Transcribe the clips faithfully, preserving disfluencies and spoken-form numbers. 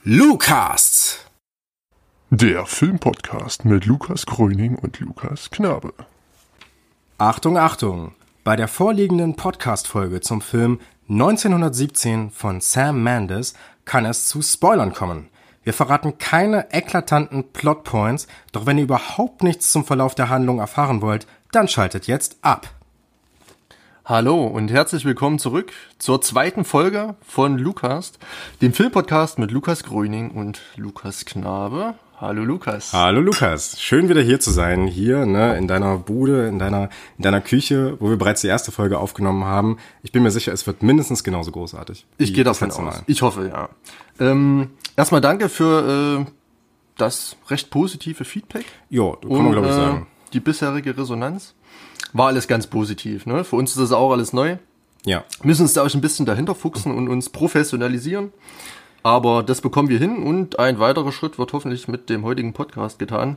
Lucast, der Filmpodcast mit Lukas Gröning und Lukas Knabe. Achtung, Achtung! Bei der vorliegenden Podcast-Folge zum Film neunzehnhundertsiebzehn von Sam Mendes kann es zu Spoilern kommen. Wir verraten keine eklatanten Plotpoints, doch wenn ihr überhaupt nichts zum Verlauf der Handlung erfahren wollt, dann schaltet jetzt ab. Hallo und herzlich willkommen zurück zur zweiten Folge von Lucast, dem Filmpodcast mit Lukas Gröning und Lukas Knabe. Hallo Lukas. Hallo Lukas, schön wieder hier zu sein, hier ne, in deiner Bude, in deiner in deiner Küche, wo wir bereits die erste Folge aufgenommen haben. Ich bin mir sicher, es wird mindestens genauso großartig. Ich gehe davon aus. Ich hoffe, ja. Ähm, erstmal danke für äh, das recht positive Feedback. Jo, kann man glaube ich sagen. Äh, die bisherige Resonanz. War alles ganz positiv, ne? Für uns ist das auch alles neu. Ja. Müssen uns da auch ein bisschen dahinter fuchsen und uns professionalisieren. Aber das bekommen wir hin und ein weiterer Schritt wird hoffentlich mit dem heutigen Podcast getan,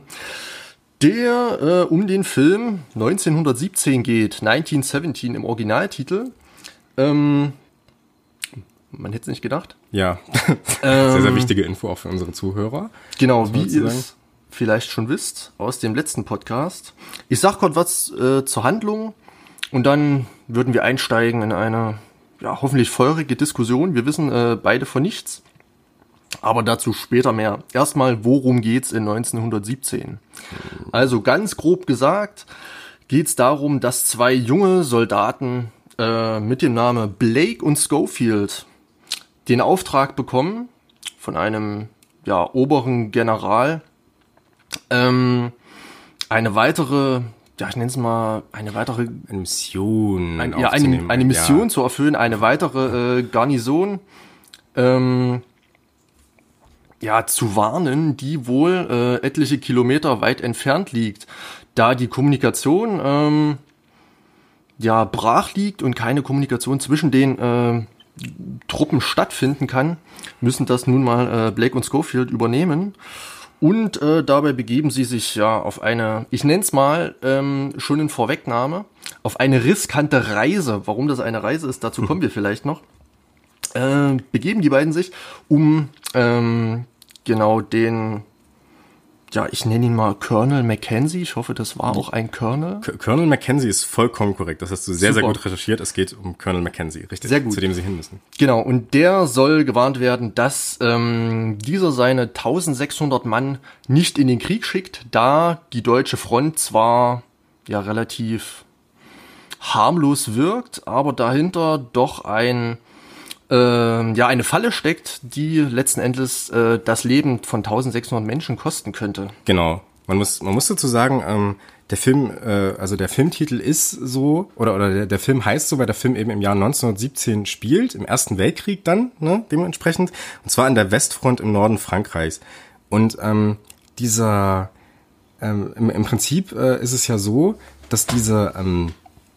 der äh, um den Film neunzehnhundertsiebzehn geht, neunzehnhundertsiebzehn im Originaltitel. Ähm, man hätte es nicht gedacht. Ja, sehr, sehr wichtige Info auch für unsere Zuhörer. Genau, wie ihr es vielleicht schon wisst aus dem letzten Podcast. Ich sag kurz was äh, zur Handlung und dann würden wir einsteigen in eine ja, hoffentlich feurige Diskussion. Wir wissen äh, beide von nichts, aber dazu später mehr. Erstmal, worum geht's in neunzehnhundertsiebzehn? Also ganz grob gesagt geht's darum, dass zwei junge Soldaten äh, mit dem Namen Blake und Schofield den Auftrag bekommen von einem ja, oberen General, Ähm, eine weitere, ja, ich nenne es mal, eine weitere eine Mission, ein, ja, eine, eine Mission ja. zu erfüllen, eine weitere äh, Garnison, ähm, ja, zu warnen, die wohl äh, etliche Kilometer weit entfernt liegt, da die Kommunikation, ähm, ja, brach liegt und keine Kommunikation zwischen den äh, Truppen stattfinden kann, müssen das nun mal äh, Blake und Schofield übernehmen. Und äh, dabei begeben sie sich ja auf eine, ich nenne es mal ähm, schon in Vorwegnahme, auf eine riskante Reise. Warum das eine Reise ist, dazu kommen wir vielleicht noch. Äh, begeben die beiden sich, um ähm, genau den, ja, ich nenne ihn mal Colonel Mackenzie. Ich hoffe, das war auch ein Colonel. Colonel Mackenzie ist vollkommen korrekt. Das hast du sehr, Super. sehr gut recherchiert. Es geht um Colonel Mackenzie, richtig? Sehr gut. Zu dem sie hin müssen. Genau, und der soll gewarnt werden, dass ähm, dieser seine eintausendsechshundert Mann nicht in den Krieg schickt, da die deutsche Front zwar ja relativ harmlos wirkt, aber dahinter doch ein äh, ja eine Falle steckt, die letzten Endes äh, das Leben von eintausendsechshundert Menschen kosten könnte. Genau. Man muss man muss dazu sagen, ähm, der Film, äh, also der Filmtitel ist so, oder oder der, der Film heißt so, weil der Film eben im Jahr neunzehnhundertsiebzehn spielt, im Ersten Weltkrieg dann, ne, dementsprechend, und zwar an der Westfront im Norden Frankreichs. Und ähm, dieser, ähm, im, im Prinzip äh, ist es ja so, dass diese, ähm,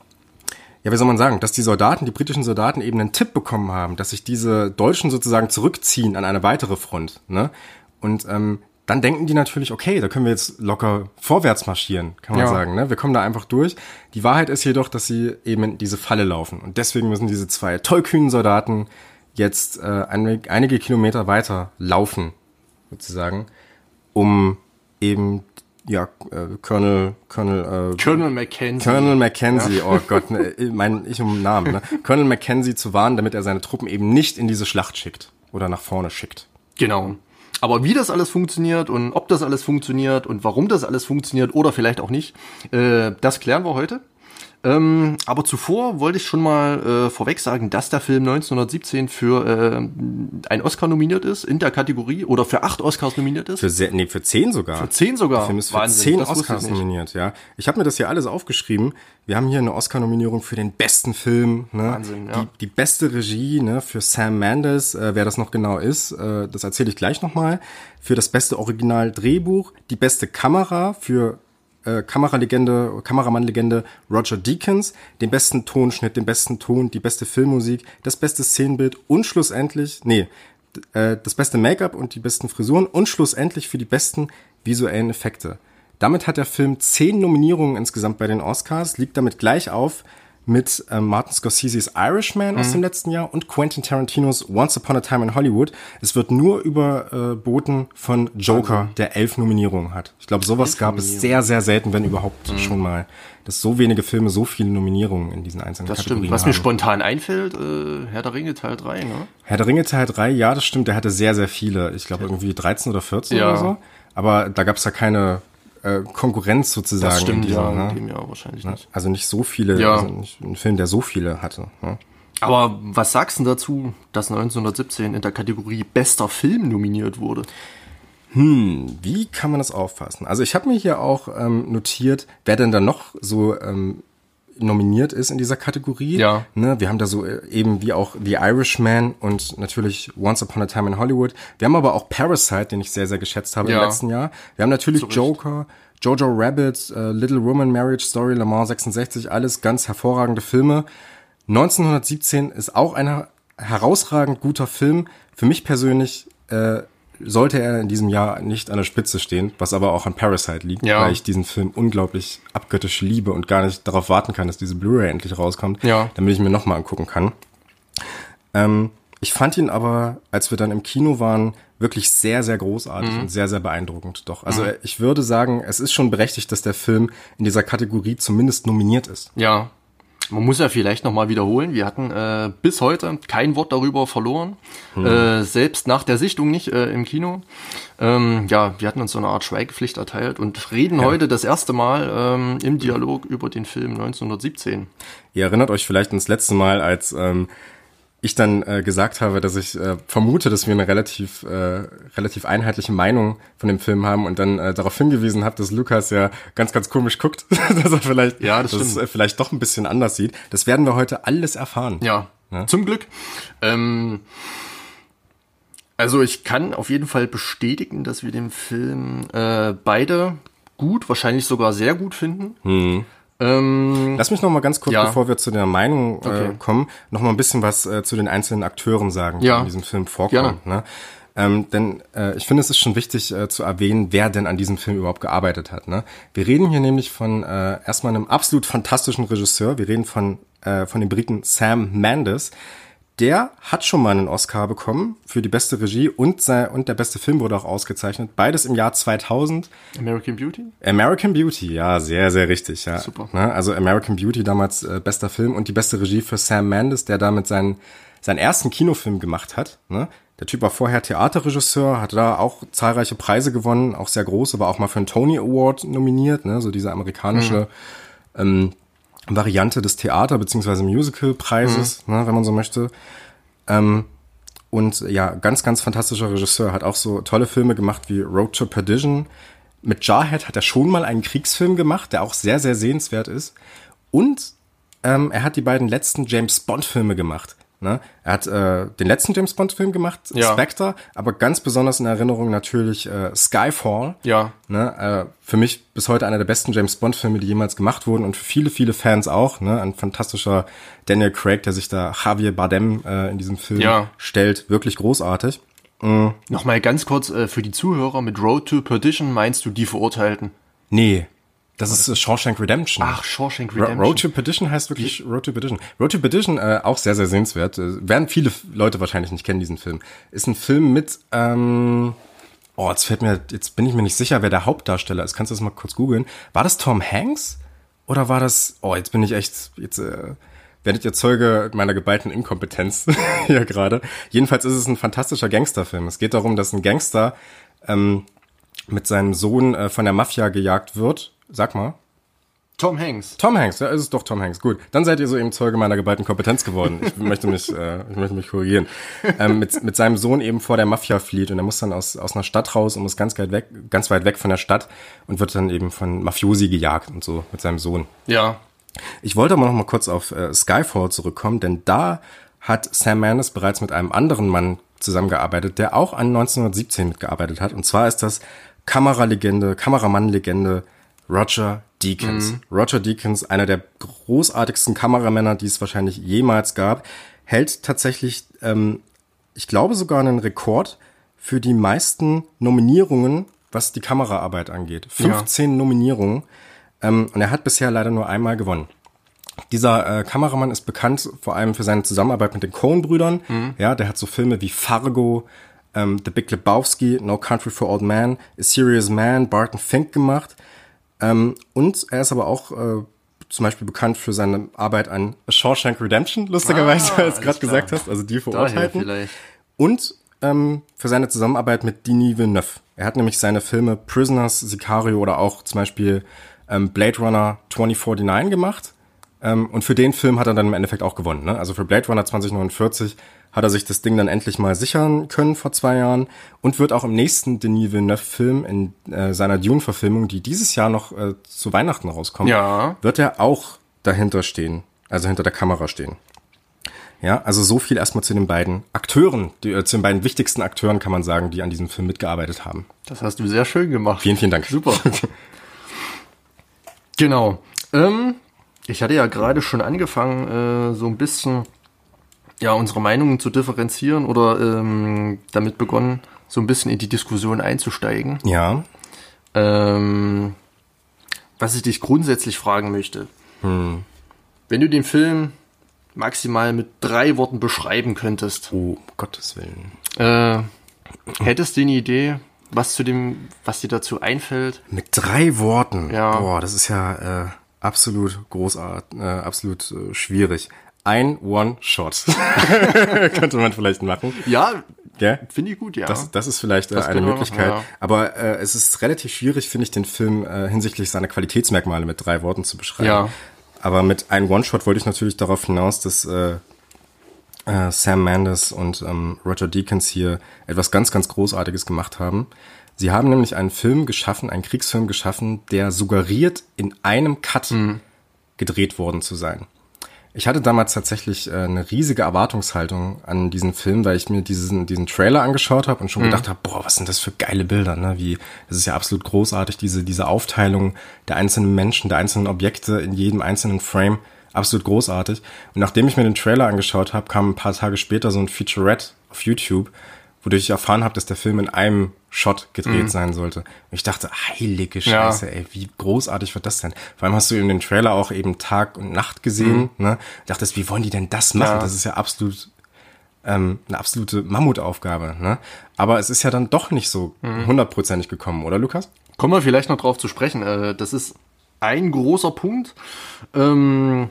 ja, wie soll man sagen, dass die Soldaten, die britischen Soldaten eben einen Tipp bekommen haben, dass sich diese Deutschen sozusagen zurückziehen an eine weitere Front, ne, und ähm, dann denken die natürlich, okay, da können wir jetzt locker vorwärts marschieren, kann man ja. sagen, ne? Wir kommen da einfach durch. Die Wahrheit ist jedoch, dass sie eben in diese Falle laufen. Und deswegen müssen diese zwei tollkühnen Soldaten jetzt äh, einige, einige Kilometer weiter laufen, sozusagen, um eben, ja, äh, Colonel, Colonel, äh, Colonel Mackenzie. Colonel Mackenzie, ja. Oh Gott, ne, mein, ich um Namen, ne? Colonel Mackenzie zu warnen, damit er seine Truppen eben nicht in diese Schlacht schickt oder nach vorne schickt. Genau. Aber wie das alles funktioniert und ob das alles funktioniert und warum das alles funktioniert oder vielleicht auch nicht, äh, das klären wir heute. Ähm, aber zuvor wollte ich schon mal äh, vorweg sagen, dass der Film neunzehnhundertsiebzehn für äh, einen Oscar nominiert ist in der Kategorie oder für acht Oscars nominiert ist. Für sehr, nee, für zehn sogar. Für zehn sogar. Der Film ist für Wahnsinn, zehn Oscars nominiert, ja. Ich habe mir das hier alles aufgeschrieben. Wir haben hier eine Oscar-Nominierung für den besten Film, ne? Wahnsinn, ja. Die, die beste Regie, ne, für Sam Mendes, äh, wer das noch genau ist, äh, das erzähle ich gleich nochmal. Für das beste Original-Drehbuch, die beste Kamera für Äh, Kameralegende, Kameramann-Legende Roger Deakins, den besten Tonschnitt, den besten Ton, die beste Filmmusik, das beste Szenenbild und schlussendlich, nee, äh, das beste Make-up und die besten Frisuren und schlussendlich für die besten visuellen Effekte. Damit hat der Film zehn Nominierungen insgesamt bei den Oscars, liegt damit gleich auf mit ähm, Martin Scorseses Irishman mhm. aus dem letzten Jahr und Quentin Tarantinos Once Upon a Time in Hollywood. Es wird nur überboten von Joker, also, der elf Nominierungen hat. Ich glaube, sowas gab es sehr, sehr selten, wenn überhaupt mhm. schon mal, dass so wenige Filme so viele Nominierungen in diesen einzelnen das Kategorien stimmt. Was haben. mir spontan einfällt, äh, Herr der Ringe Teil drei, ne? Herr der Ringe Teil drei, ja, das stimmt. Der hatte sehr, sehr viele. Ich glaube, irgendwie dreizehn oder vierzehn ja. oder so. Aber da gab es ja keine Konkurrenz sozusagen. Das stimmt, in diesem, ja, ne? in dem Jahr wahrscheinlich nicht. Also nicht so viele, ja. also nicht ein Film, der so viele hatte. Ne? Aber was sagst du dazu, dass neunzehnhundertsiebzehn in der Kategorie bester Film nominiert wurde? Hm, wie kann man das auffassen? Also ich habe mir hier auch ähm, notiert, wer denn da noch so ähm, nominiert ist in dieser Kategorie. Ja. Ne, wir haben da so äh, eben wie auch The Irishman und natürlich Once Upon a Time in Hollywood. Wir haben aber auch Parasite, den ich sehr, sehr geschätzt habe ja. im letzten Jahr. Wir haben natürlich Joker, Jojo Rabbit, äh, Little Woman, Marriage Story, Le Mans sechsundsechzig, alles ganz hervorragende Filme. neunzehnhundertsiebzehn ist auch ein herausragend guter Film. Für mich persönlich äh, sollte er in diesem Jahr nicht an der Spitze stehen, was aber auch an Parasite liegt, ja. weil ich diesen Film unglaublich abgöttisch liebe und gar nicht darauf warten kann, dass diese Blu-ray endlich rauskommt, ja. damit ich mir nochmal angucken kann. Ähm, ich fand ihn aber, als wir dann im Kino waren, wirklich sehr, sehr großartig mhm. und sehr, sehr beeindruckend. Doch, also mhm. ich würde sagen, es ist schon berechtigt, dass der Film in dieser Kategorie zumindest nominiert ist. Ja. Man muss ja vielleicht nochmal wiederholen, wir hatten äh, bis heute kein Wort darüber verloren, hm. äh, selbst nach der Sichtung nicht äh, im Kino. Ähm, ja, wir hatten uns so eine Art Schweigepflicht erteilt und reden ja. heute das erste Mal ähm, im Dialog über den Film neunzehnhundertsiebzehn. Ihr erinnert euch vielleicht ans letzte Mal, als ähm, ich dann äh, gesagt habe, dass ich äh, vermute, dass wir eine relativ äh, relativ einheitliche Meinung von dem Film haben und dann äh, darauf hingewiesen habe, dass Lukas ja ganz, ganz komisch guckt, dass er vielleicht, ja, das dass es äh, vielleicht doch ein bisschen anders sieht. Das werden wir heute alles erfahren. Ja, ja? Zum Glück. Ähm, also ich kann auf jeden Fall bestätigen, dass wir den Film äh, beide gut, wahrscheinlich sogar sehr gut finden. Hm. Ähm, Lass mich noch mal ganz kurz, ja. bevor wir zu der Meinung äh, okay. kommen, noch mal ein bisschen was äh, zu den einzelnen Akteuren sagen, die ja. in diesem Film vorkommen. Ne? Ähm, denn äh, ich finde, es ist schon wichtig äh, zu erwähnen, wer denn an diesem Film überhaupt gearbeitet hat. Ne? Wir reden hier nämlich von äh, erstmal einem absolut fantastischen Regisseur. Wir reden von äh, von dem Briten Sam Mendes. Der hat schon mal einen Oscar bekommen für die beste Regie und sein, und der beste Film wurde auch ausgezeichnet. Beides im Jahr zweitausend. American Beauty? American Beauty, ja, sehr, sehr richtig, ja. Super. Ne? Also American Beauty damals äh, bester Film und die beste Regie für Sam Mendes, der damit seinen, seinen ersten Kinofilm gemacht hat. Ne? Der Typ war vorher Theaterregisseur, hat da auch zahlreiche Preise gewonnen, auch sehr große, war auch mal für einen Tony Award nominiert, ne? So diese amerikanische mhm. ähm, Variante des Theater- bzw. Musical-Preises, mhm. ne, wenn man so möchte. Ähm, und ja, ganz, ganz fantastischer Regisseur, hat auch so tolle Filme gemacht wie Road to Perdition. Mit Jarhead hat er schon mal einen Kriegsfilm gemacht, der auch sehr, sehr sehenswert ist. Und ähm, er hat die beiden letzten James-Bond-Filme gemacht. Ne? Er hat äh, den letzten James-Bond-Film gemacht, ja. Spectre, aber ganz besonders in Erinnerung natürlich äh, Skyfall. Ja. Ne? Äh, für mich bis heute einer der besten James-Bond-Filme, die jemals gemacht wurden und für viele, viele Fans auch. Ne? Ein fantastischer Daniel Craig, der sich da Javier Bardem äh, in diesem Film ja. stellt. Wirklich großartig. Mhm. Nochmal ganz kurz äh, für die Zuhörer, mit Road to Perdition meinst du Die Verurteilten? Nee. Das ist äh, Shawshank Redemption. Ach, Shawshank Redemption. Road to Perdition heißt wirklich Road to Perdition. Road to Perdition, äh, auch sehr, sehr sehenswert. Äh, werden viele Leute wahrscheinlich nicht kennen, diesen Film. Ist ein Film mit, ähm, oh, jetzt fällt mir, jetzt bin ich mir nicht sicher, wer der Hauptdarsteller ist. Kannst du das mal kurz googeln? War das Tom Hanks? Oder war das, oh, jetzt bin ich echt, jetzt, äh, werdet ihr Zeuge meiner geballten Inkompetenz hier gerade. Jedenfalls ist es ein fantastischer Gangsterfilm. Es geht darum, dass ein Gangster, ähm, mit seinem Sohn äh, von der Mafia gejagt wird. Sag mal. Tom Hanks. Tom Hanks, ja, ist es doch Tom Hanks. Gut, dann seid ihr so eben Zeuge meiner geballten Kompetenz geworden. Ich möchte mich, äh, ich möchte mich korrigieren. Ähm, mit, mit seinem Sohn eben vor der Mafia flieht und er muss dann aus aus einer Stadt raus und muss ganz weit weg, ganz weit weg von der Stadt und wird dann eben von Mafiosi gejagt und so mit seinem Sohn. Ja. Ich wollte aber noch mal kurz auf äh, Skyfall zurückkommen, denn da hat Sam Mendes bereits mit einem anderen Mann zusammengearbeitet, der auch an neunzehnhundertsiebzehn mitgearbeitet hat. Und zwar ist das Kameralegende, Kameramann-Legende Roger Deakins. Mhm. Roger Deakins, einer der großartigsten Kameramänner, die es wahrscheinlich jemals gab, hält tatsächlich, ähm, ich glaube sogar einen Rekord für die meisten Nominierungen, was die Kameraarbeit angeht. fünfzehn ja. Nominierungen. Ähm, und er hat bisher leider nur einmal gewonnen. Dieser äh, Kameramann ist bekannt vor allem für seine Zusammenarbeit mit den Coen-Brüdern. Mhm. Ja, der hat so Filme wie Fargo, ähm, The Big Lebowski, No Country for Old Men, A Serious Man, Barton Fink gemacht. Ähm, und er ist aber auch äh, zum Beispiel bekannt für seine Arbeit an A Shawshank Redemption, lustigerweise, ah, als du gerade gesagt hast, also die Verurteilten. Und ähm, für seine Zusammenarbeit mit Denis Villeneuve. Er hat nämlich seine Filme Prisoners, Sicario oder auch zum Beispiel ähm, Blade Runner zwanzig neunundvierzig gemacht. Ähm, und für den Film hat er dann im Endeffekt auch gewonnen. Ne? Also für Blade Runner zwanzig neunundvierzig hat er sich das Ding dann endlich mal sichern können vor zwei Jahren und wird auch im nächsten Denis Villeneuve-Film in äh, seiner Dune-Verfilmung, die dieses Jahr noch äh, zu Weihnachten rauskommt, ja. wird er auch dahinter stehen, also hinter der Kamera stehen. Ja, also so viel erstmal zu den beiden Akteuren, die, äh, zu den beiden wichtigsten Akteuren, kann man sagen, die an diesem Film mitgearbeitet haben. Das hast du sehr schön gemacht. Vielen, vielen Dank. Super. Genau. Ähm, ich hatte ja gerade schon angefangen, äh, so ein bisschen ja unsere Meinungen zu differenzieren oder ähm, damit begonnen, so ein bisschen in die Diskussion einzusteigen. Ja. Ähm, was ich dich grundsätzlich fragen möchte. Hm. Wenn du den Film maximal mit drei Worten beschreiben könntest. Oh, Gottes Willen. Äh, hättest du eine Idee, was zu dem, was dir dazu einfällt? Mit drei Worten? Ja. Boah, das ist ja äh, absolut großartig, äh, absolut äh, schwierig. Ein One-Shot könnte man vielleicht machen. Ja, ja? Finde ich gut, ja. Das, das ist vielleicht äh, das eine Möglichkeit. Machen, ja. Aber äh, es ist relativ schwierig, finde ich, den Film äh, hinsichtlich seiner Qualitätsmerkmale mit drei Worten zu beschreiben. Ja. Aber mit einem One-Shot wollte ich natürlich darauf hinaus, dass äh, äh, Sam Mendes und ähm, Roger Deakins hier etwas ganz, ganz Großartiges gemacht haben. Sie haben nämlich einen Film geschaffen, einen Kriegsfilm geschaffen, der suggeriert, in einem Cut mhm. gedreht worden zu sein. Ich hatte damals tatsächlich äh, eine riesige Erwartungshaltung an diesen Film, weil ich mir diesen diesen Trailer angeschaut habe und schon mhm. gedacht habe, boah, was sind das für geile Bilder, ne? Wie, das ist ja absolut großartig, diese diese Aufteilung der einzelnen Menschen, der einzelnen Objekte in jedem einzelnen Frame, absolut großartig. Und nachdem ich mir den Trailer angeschaut habe, kam ein paar Tage später so ein Featurette auf YouTube, wodurch ich erfahren habe, dass der Film in einem Shot gedreht mhm. sein sollte. Und ich dachte, heilige Scheiße, ja. ey, wie großartig wird das denn? Vor allem hast du in dem Trailer auch eben Tag und Nacht gesehen, mhm. ne? Ich dachte, wie wollen die denn das machen? Ja. Das ist ja absolut ähm, eine absolute Mammutaufgabe, ne? Aber es ist ja dann doch nicht so hundertprozentig mhm. gekommen, oder Lukas? Kommen wir vielleicht noch drauf zu sprechen. Äh, das ist ein großer Punkt. Ähm,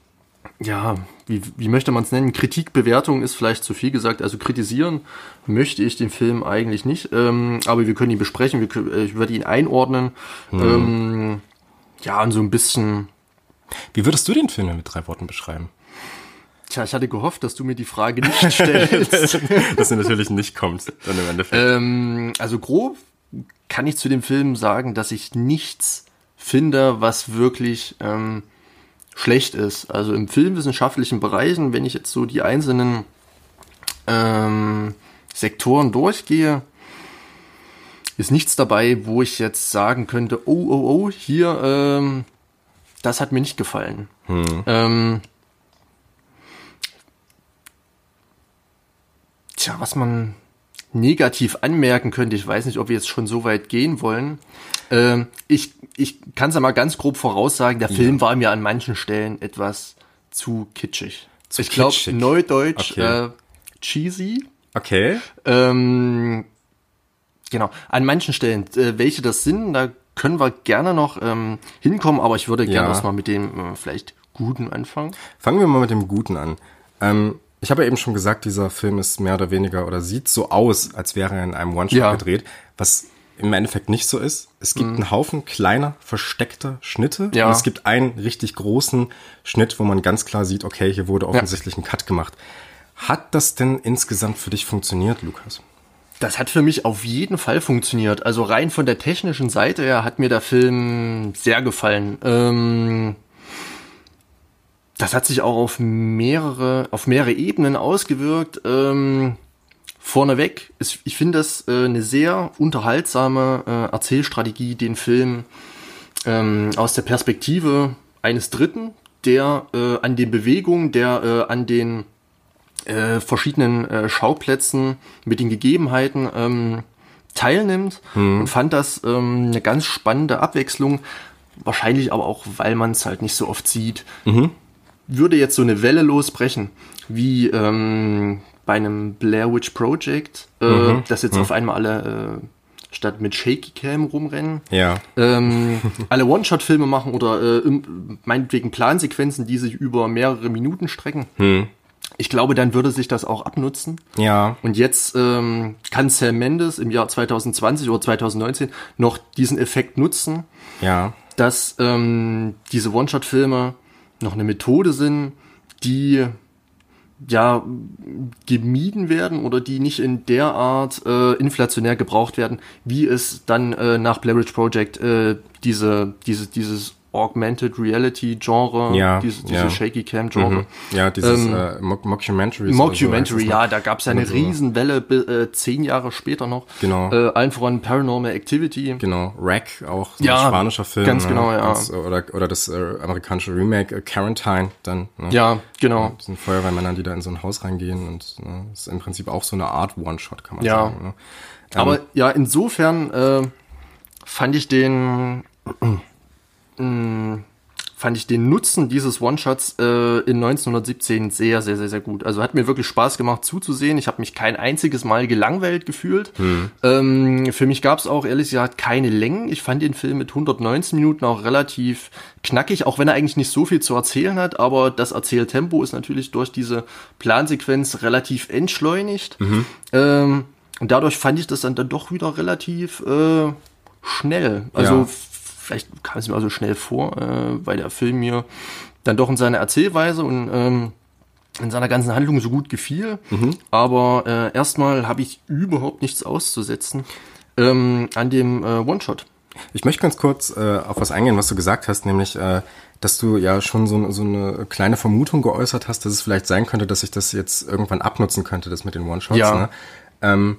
ja, wie, wie möchte man es nennen? Kritikbewertung ist vielleicht zu viel gesagt. Also kritisieren möchte ich den Film eigentlich nicht. Ähm, aber wir können ihn besprechen. Wir können, ich werde ihn einordnen. Hm. Ähm, ja, und so ein bisschen... Wie würdest du den Film mit drei Worten beschreiben? Tja, ich hatte gehofft, dass du mir die Frage nicht stellst. Dass sie natürlich nicht kommt, dann im Endeffekt. Ähm, also grob kann ich zu dem Film sagen, dass ich nichts finde, was wirklich... Ähm, schlecht ist. Also im filmwissenschaftlichen Bereichen, wenn ich jetzt so die einzelnen ähm, Sektoren durchgehe, ist nichts dabei, wo ich jetzt sagen könnte, oh, oh, oh, hier, ähm, das hat mir nicht gefallen. Hm. Ähm, tja, was man negativ anmerken könnte, ich weiß nicht, ob wir jetzt schon so weit gehen wollen. Ähm, ich ich kann es ja mal ganz grob voraussagen, der Film ja. war mir an manchen Stellen etwas zu kitschig. Zu ich glaube, neudeutsch okay. äh, cheesy. Okay. Ähm, genau, an manchen Stellen. Äh, welche das sind, da können wir gerne noch ähm, hinkommen, aber ich würde gerne ja. erstmal mit dem äh, vielleicht Guten anfangen. Fangen wir mal mit dem Guten an. Ähm, ich habe ja eben schon gesagt, dieser Film ist mehr oder weniger oder sieht so aus, als wäre er in einem One-Shot ja. gedreht, was im Endeffekt nicht so ist. Es gibt mhm. einen Haufen kleiner, versteckter Schnitte. Ja. Und es gibt einen richtig großen Schnitt, wo man ganz klar sieht, okay, hier wurde offensichtlich ja. ein Cut gemacht. Hat das denn insgesamt für dich funktioniert, Lukas? Das hat für mich auf jeden Fall funktioniert. Also rein von der technischen Seite her hat mir der Film sehr gefallen. Ähm, das hat sich auch auf mehrere, auf mehrere Ebenen ausgewirkt. Ähm, Vorneweg, ist, ich finde das äh, eine sehr unterhaltsame äh, Erzählstrategie, den Film ähm, aus der Perspektive eines Dritten, der äh, an den Bewegungen, der äh, an den äh, verschiedenen äh, Schauplätzen mit den Gegebenheiten ähm, teilnimmt mhm. und fand das ähm, eine ganz spannende Abwechslung, wahrscheinlich aber auch, weil man es halt nicht so oft sieht. Mhm. würde jetzt so eine Welle losbrechen, wie ähm, bei einem Blair Witch Project, äh, mhm. dass jetzt mhm. auf einmal alle äh, statt mit Shaky Cam rumrennen, ja. ähm, alle One-Shot-Filme machen oder äh, meinetwegen Plansequenzen, die sich über mehrere Minuten strecken. Mhm. Ich glaube, dann würde sich das auch abnutzen. Ja. Und jetzt ähm, kann Sam Mendes im Jahr zwanzig zwanzig oder zwanzig neunzehn noch diesen Effekt nutzen, ja. dass ähm, diese One-Shot-Filme noch eine Methode sind, die ja gemieden werden oder die nicht in der Art äh, inflationär gebraucht werden, wie es dann äh, nach Blair Witch Project äh, diese, diese, dieses Augmented Reality Genre, ja, diese, diese ja. Shaky Cam Genre. Mhm. Ja, dieses ähm, äh, Mock Mockumentary. Mockumentary, so, ja, da gab es eine so. Riesenwelle, äh, zehn Jahre später noch. Genau. Äh, allen voran Paranormal Activity. Genau, Rack, auch so ja, ein spanischer Film. Ganz ne? genau, ja. Ganz, oder, oder das äh, amerikanische Remake äh, Quarantine dann. Ne? Ja, genau. Das sind Feuerwehrmänner, die da in so ein Haus reingehen und ne, das ist im Prinzip auch so eine Art One-Shot, kann man ja. sagen. Ne? Ähm, Aber ja, insofern äh, fand ich den mh, fand ich den Nutzen dieses One-Shots äh, in neunzehnhundertsiebzehn sehr, sehr, sehr, sehr gut. Also hat mir wirklich Spaß gemacht zuzusehen. Ich habe mich kein einziges Mal gelangweilt gefühlt. Hm. Ähm, für mich gab es auch, ehrlich gesagt, keine Längen. Ich fand den Film mit hundertneunzehn Minuten auch relativ knackig, auch wenn er eigentlich nicht so viel zu erzählen hat. Aber das Erzähltempo ist natürlich durch diese Plansequenz relativ entschleunigt. Mhm. Ähm, und dadurch fand ich das dann, dann doch wieder relativ äh, schnell. Also ja. Vielleicht kam es mir also schnell vor, äh, weil der Film mir dann doch in seiner Erzählweise und ähm, in seiner ganzen Handlung so gut gefiel. Mhm. Aber äh, erstmal habe ich überhaupt nichts auszusetzen ähm, an dem äh, One-Shot. Ich möchte ganz kurz äh, auf was eingehen, was du gesagt hast, nämlich, äh, dass du ja schon so, so eine kleine Vermutung geäußert hast, dass es vielleicht sein könnte, dass ich das jetzt irgendwann abnutzen könnte, das mit den One-Shots. Ja. Ne? Ähm,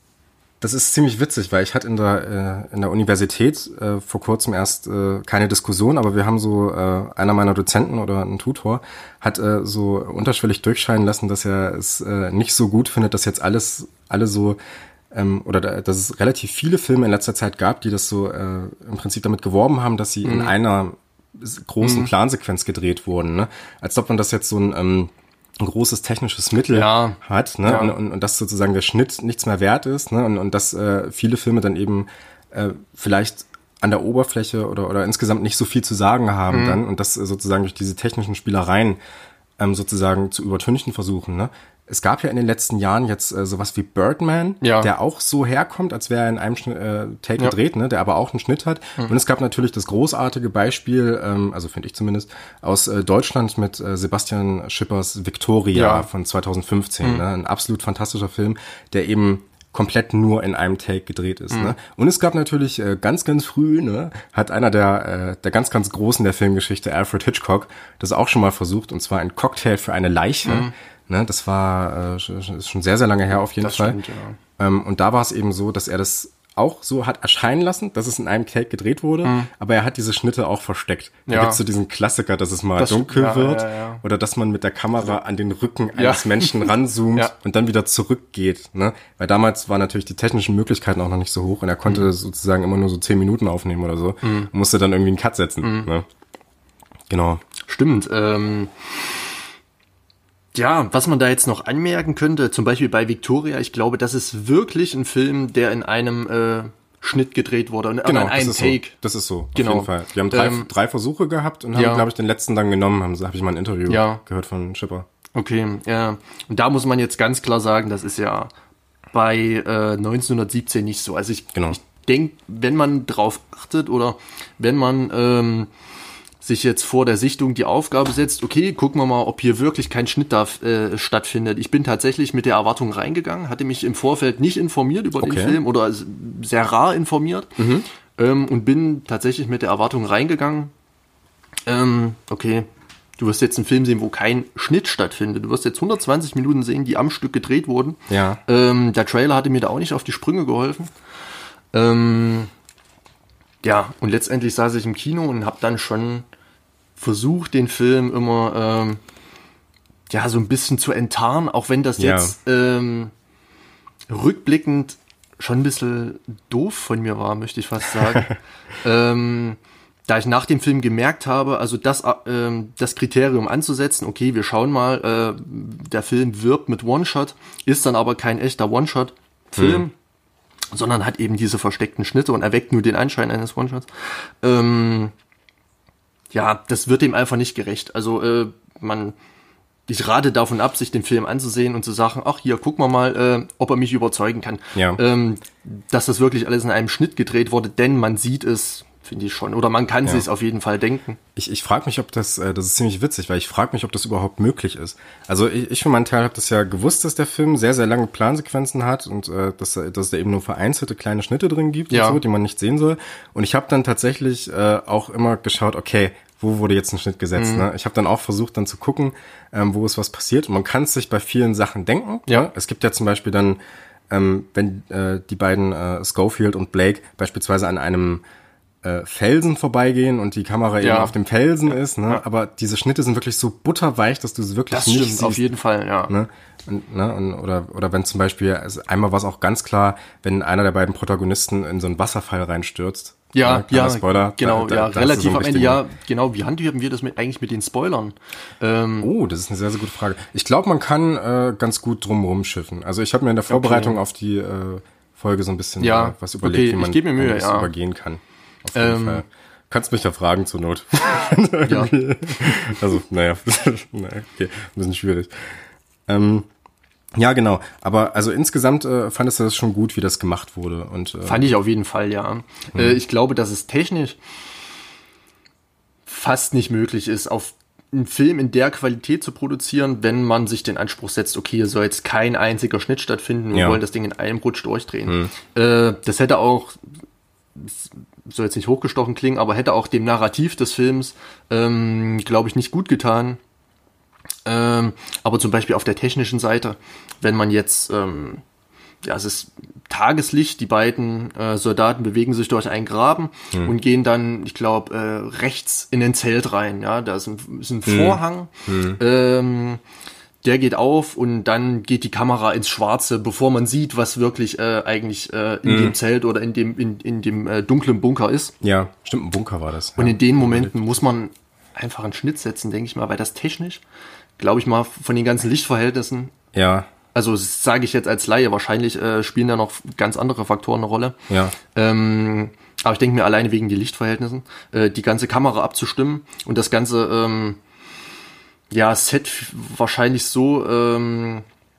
Das ist ziemlich witzig, weil ich hatte in der äh, in der Universität äh, vor kurzem erst äh, keine Diskussion, aber wir haben so äh, einer meiner Dozenten oder ein Tutor hat äh, so unterschwellig durchscheinen lassen, dass er es äh, nicht so gut findet, dass jetzt alles alle so ähm, oder da, dass es relativ viele Filme in letzter Zeit gab, die das so äh, im Prinzip damit geworben haben, dass sie mhm. in einer großen mhm. Plansequenz gedreht wurden, ne? Als ob man das jetzt so ein ähm, ein großes technisches Mittel ja. hat, ne? Ja. Und, und, und dass sozusagen der Schnitt nichts mehr wert ist, ne? Und, und dass äh, viele Filme dann eben äh, vielleicht an der Oberfläche oder oder insgesamt nicht so viel zu sagen haben mhm. dann und das äh, sozusagen durch diese technischen Spielereien ähm, sozusagen zu übertünchen versuchen, ne? Es gab ja in den letzten Jahren jetzt äh, sowas wie Birdman, ja. der auch so herkommt, als wäre er in einem Schnitt, äh, Take ja. gedreht, ne, der aber auch einen Schnitt hat. Mhm. Und es gab natürlich das großartige Beispiel, ähm, also finde ich zumindest, aus äh, Deutschland mit äh, Sebastian Schippers Victoria ja. von zwanzig fünfzehn. Mhm. Ne, ein absolut fantastischer Film, der eben komplett nur in einem Take gedreht ist. Mhm. Ne? Und es gab natürlich äh, ganz, ganz früh, ne, hat einer der äh, der ganz, ganz Großen der Filmgeschichte, Alfred Hitchcock, das auch schon mal versucht, und zwar ein Cocktail für eine Leiche. Mhm. Ne, das war äh, schon sehr, sehr lange her auf jeden das Fall. Stimmt, ja. ähm, und da war es eben so, dass er das auch so hat erscheinen lassen, dass es in einem Take gedreht wurde, mhm. aber er hat diese Schnitte auch versteckt. Da ja. gibt's so diesen Klassiker, dass es mal das, dunkel ja, wird ja, ja. oder dass man mit der Kamera an den Rücken ja. eines Menschen ranzoomt ja. und dann wieder zurückgeht. Ne? Weil damals waren natürlich die technischen Möglichkeiten auch noch nicht so hoch und er konnte mhm. sozusagen immer nur so zehn Minuten aufnehmen oder so mhm. und musste dann irgendwie einen Cut setzen. Mhm. Ne? Genau. Stimmt. Ähm Ja, was man da jetzt noch anmerken könnte, zum Beispiel bei Victoria, ich glaube, das ist wirklich ein Film, der in einem äh, Schnitt gedreht wurde, und genau, an einem das ist Take. So. Das ist so, genau. auf jeden Fall. Die haben drei, ähm, drei Versuche gehabt und haben, ja. glaube ich, den letzten dann genommen, haben, habe ich mal ein Interview ja. gehört von Schipper. Okay, ja. Und da muss man jetzt ganz klar sagen, das ist ja bei äh, neunzehnhundertsiebzehn nicht so. Also ich, genau. ich denke, wenn man drauf achtet oder wenn man ähm, sich jetzt vor der Sichtung die Aufgabe setzt, okay, gucken wir mal, ob hier wirklich kein Schnitt da äh, stattfindet. Ich bin tatsächlich mit der Erwartung reingegangen, hatte mich im Vorfeld nicht informiert über okay. den Film oder sehr rar informiert mhm. ähm, und bin tatsächlich mit der Erwartung reingegangen, ähm, okay, du wirst jetzt einen Film sehen, wo kein Schnitt stattfindet. Du wirst jetzt hundertzwanzig Minuten sehen, die am Stück gedreht wurden. Ja. Ähm, der Trailer hatte mir da auch nicht auf die Sprünge geholfen. Ähm, ja, und letztendlich saß ich im Kino und habe dann schon versucht, den Film immer ähm, ja so ein bisschen zu enttarnen, auch wenn das ja. jetzt ähm, rückblickend schon ein bisschen doof von mir war, möchte ich fast sagen. ähm, da ich nach dem Film gemerkt habe, also das, äh, das Kriterium anzusetzen, okay, wir schauen mal, äh, der Film wirbt mit One-Shot, ist dann aber kein echter One-Shot-Film, hm. sondern hat eben diese versteckten Schnitte und erweckt nur den Anschein eines One-Shots. Ähm, ja, das wird dem einfach nicht gerecht. Also äh, man, ich rate davon ab, sich den Film anzusehen und zu sagen, ach hier, guck mal mal, äh, ob er mich überzeugen kann. Ja. Ähm, dass das wirklich alles in einem Schnitt gedreht wurde, denn man sieht es, finde ich schon. Oder man kann ja. sich auf jeden Fall denken. Ich, ich frage mich, ob das, äh, das ist ziemlich witzig, weil ich frage mich, ob das überhaupt möglich ist. Also ich, ich für meinen Teil habe das ja gewusst, dass der Film sehr, sehr lange Plansequenzen hat und äh, dass, dass es da eben nur vereinzelte kleine Schnitte drin gibt, ja. und so, die man nicht sehen soll. Und ich habe dann tatsächlich äh, auch immer geschaut, okay, wo wurde jetzt ein Schnitt gesetzt? Mhm. Ne? Ich habe dann auch versucht, dann zu gucken, ähm, wo ist was passiert. Und man kann es sich bei vielen Sachen denken. Ja. Es gibt ja zum Beispiel dann, ähm, wenn äh, die beiden äh, Schofield und Blake beispielsweise an einem äh, Felsen vorbeigehen und die Kamera ja. eben auf dem Felsen ist, ne? Ja. Aber diese Schnitte sind wirklich so butterweich, dass du es wirklich das nicht stimmt, siehst. Auf jeden Fall, ja. Ne? Und, ne? Und, oder, oder wenn zum Beispiel, also einmal war es auch ganz klar, wenn einer der beiden Protagonisten in so einen Wasserfall reinstürzt. Ja, ne? ja, Spoiler, genau, da, da, ja, da relativ so am Ende, ja, genau, wie handhaben wir das mit, eigentlich mit den Spoilern? Ähm, oh, das ist eine sehr, sehr gute Frage. Ich glaube, man kann äh, ganz gut drum schiffen. Also ich habe mir in der Vorbereitung okay. auf die äh, Folge so ein bisschen ja, äh, was überlegt, okay, wie man Mühe, das ja. übergehen kann. Auf jeden ähm, Fall. Kannst mich ja fragen zur Not. ja. Also, naja, naja, okay, ein bisschen schwierig. Ähm, ja, genau. Aber also insgesamt äh, fandest du das schon gut, wie das gemacht wurde. Und, äh, Fand ich auf jeden Fall, ja. Hm. Äh, ich glaube, dass es technisch fast nicht möglich ist, auf einen Film in der Qualität zu produzieren, wenn man sich den Anspruch setzt, okay, hier soll jetzt kein einziger Schnitt stattfinden, wir ja. wollen das Ding in einem Rutsch durchdrehen. Hm. Äh, das hätte auch, soll jetzt nicht hochgestochen klingen, aber hätte auch dem Narrativ des Films, ähm, glaube ich, nicht gut getan. Ähm, aber zum Beispiel auf der technischen Seite, wenn man jetzt, ähm, ja, es ist Tageslicht, die beiden äh, Soldaten bewegen sich durch einen Graben hm. und gehen dann, ich glaube, äh, rechts in ein Zelt rein. Ja, da ist ein, ist ein hm. Vorhang, hm. Ähm, der geht auf und dann geht die Kamera ins Schwarze, bevor man sieht, was wirklich äh, eigentlich äh, in hm. dem Zelt oder in dem in, in dem äh, dunklen Bunker ist. Ja, stimmt, ein Bunker war das. Und ja. in den Momenten muss man einfach einen Schnitt setzen, denke ich mal, weil das technisch, glaube ich mal, von den ganzen Lichtverhältnissen, ja, also das sage ich jetzt als Laie, wahrscheinlich äh, spielen da noch ganz andere Faktoren eine Rolle. Ja. Ähm, aber ich denke mir alleine wegen den Lichtverhältnissen, äh, die ganze Kamera abzustimmen und das ganze ähm, ja, Set wahrscheinlich so, ähm,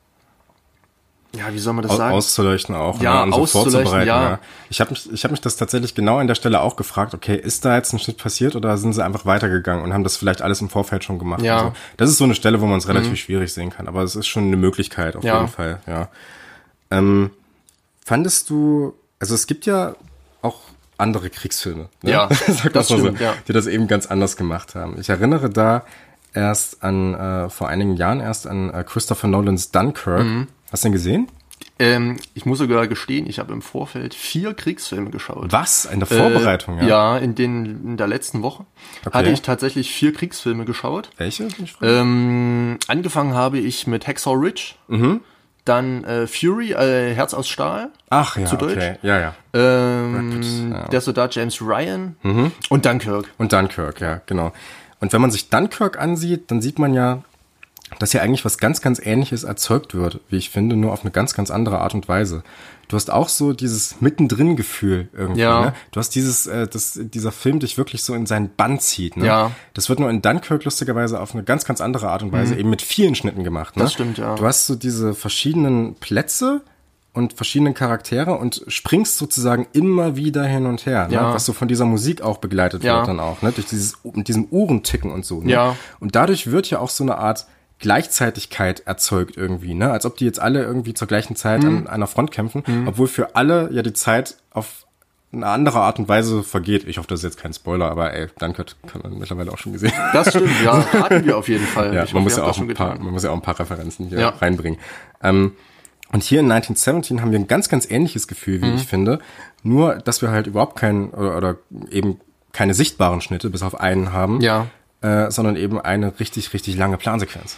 ja, wie soll man das Aus, sagen? Auszuleuchten auch, ja, ne? Und so auszuleuchten, vorzubereiten. ja. Ja. Ich habe mich, ich habe mich das tatsächlich genau an der Stelle auch gefragt, okay, ist da jetzt ein Schnitt passiert oder sind sie einfach weitergegangen und haben das vielleicht alles im Vorfeld schon gemacht? Ja. Also, das ist so eine Stelle, wo man es relativ mhm. schwierig sehen kann, aber es ist schon eine Möglichkeit auf ja. jeden Fall, ja. Ähm, fandest du, also es gibt ja auch andere Kriegsfilme, ne? Ja, Sag das mal stimmt, so, ja. die das eben ganz anders gemacht haben. Ich erinnere da erst an, äh, vor einigen Jahren erst an äh, Christopher Nolans Dunkirk. Mhm. Hast du den gesehen? Ähm, ich muss sogar gestehen, ich habe im Vorfeld vier Kriegsfilme geschaut. Was? In der Vorbereitung, äh, ja? Ja, in, den, in der letzten Woche okay. hatte ich tatsächlich vier Kriegsfilme geschaut. Welche? Ähm, angefangen habe ich mit Hacksaw Ridge, mhm. dann äh, Fury, äh, Herz aus Stahl. Ach ja, zu Deutsch. Okay. Ja, ja. Ähm, ja. Der Soldat James Ryan mhm. und Dunkirk. Und Dunkirk, ja, genau. Und wenn man sich Dunkirk ansieht, dann sieht man ja, dass hier eigentlich was ganz, ganz Ähnliches erzeugt wird, wie ich finde, nur auf eine ganz, ganz andere Art und Weise. Du hast auch so dieses Mittendrin-Gefühl irgendwie, ja. ne? Du hast dieses, äh, dass dieser Film dich wirklich so in seinen Bann zieht, ne? Ja. Das wird nur in Dunkirk lustigerweise auf eine ganz, ganz andere Art und Weise mhm. eben mit vielen Schnitten gemacht, ne? Das stimmt, ja. Du hast so diese verschiedenen Plätze und verschiedenen Charaktere und springst sozusagen immer wieder hin und her, ja. ne? Was so von dieser Musik auch begleitet ja. wird dann auch, ne? Durch dieses, mit diesem Uhrenticken und so, ne? Ja. Und dadurch wird ja auch so eine Art Gleichzeitigkeit erzeugt irgendwie, ne? Als ob die jetzt alle irgendwie zur gleichen Zeit mhm. an einer Front kämpfen, mhm. obwohl für alle ja die Zeit auf eine andere Art und Weise vergeht. Ich hoffe, das ist jetzt kein Spoiler, aber ey, Dunkirk kann man mittlerweile auch schon gesehen. Das stimmt, ja, raten wir auf jeden Fall. Ja, ich man, hoffe, muss ja auch schon ein paar, getan. man muss ja auch ein paar Referenzen hier ja. reinbringen. Ähm, und hier in neunzehn siebzehn haben wir ein ganz, ganz ähnliches Gefühl, wie mhm. ich finde. Nur, dass wir halt überhaupt keinen, oder, oder eben keine sichtbaren Schnitte, bis auf einen haben, ja. äh, sondern eben eine richtig, richtig lange Plansequenz.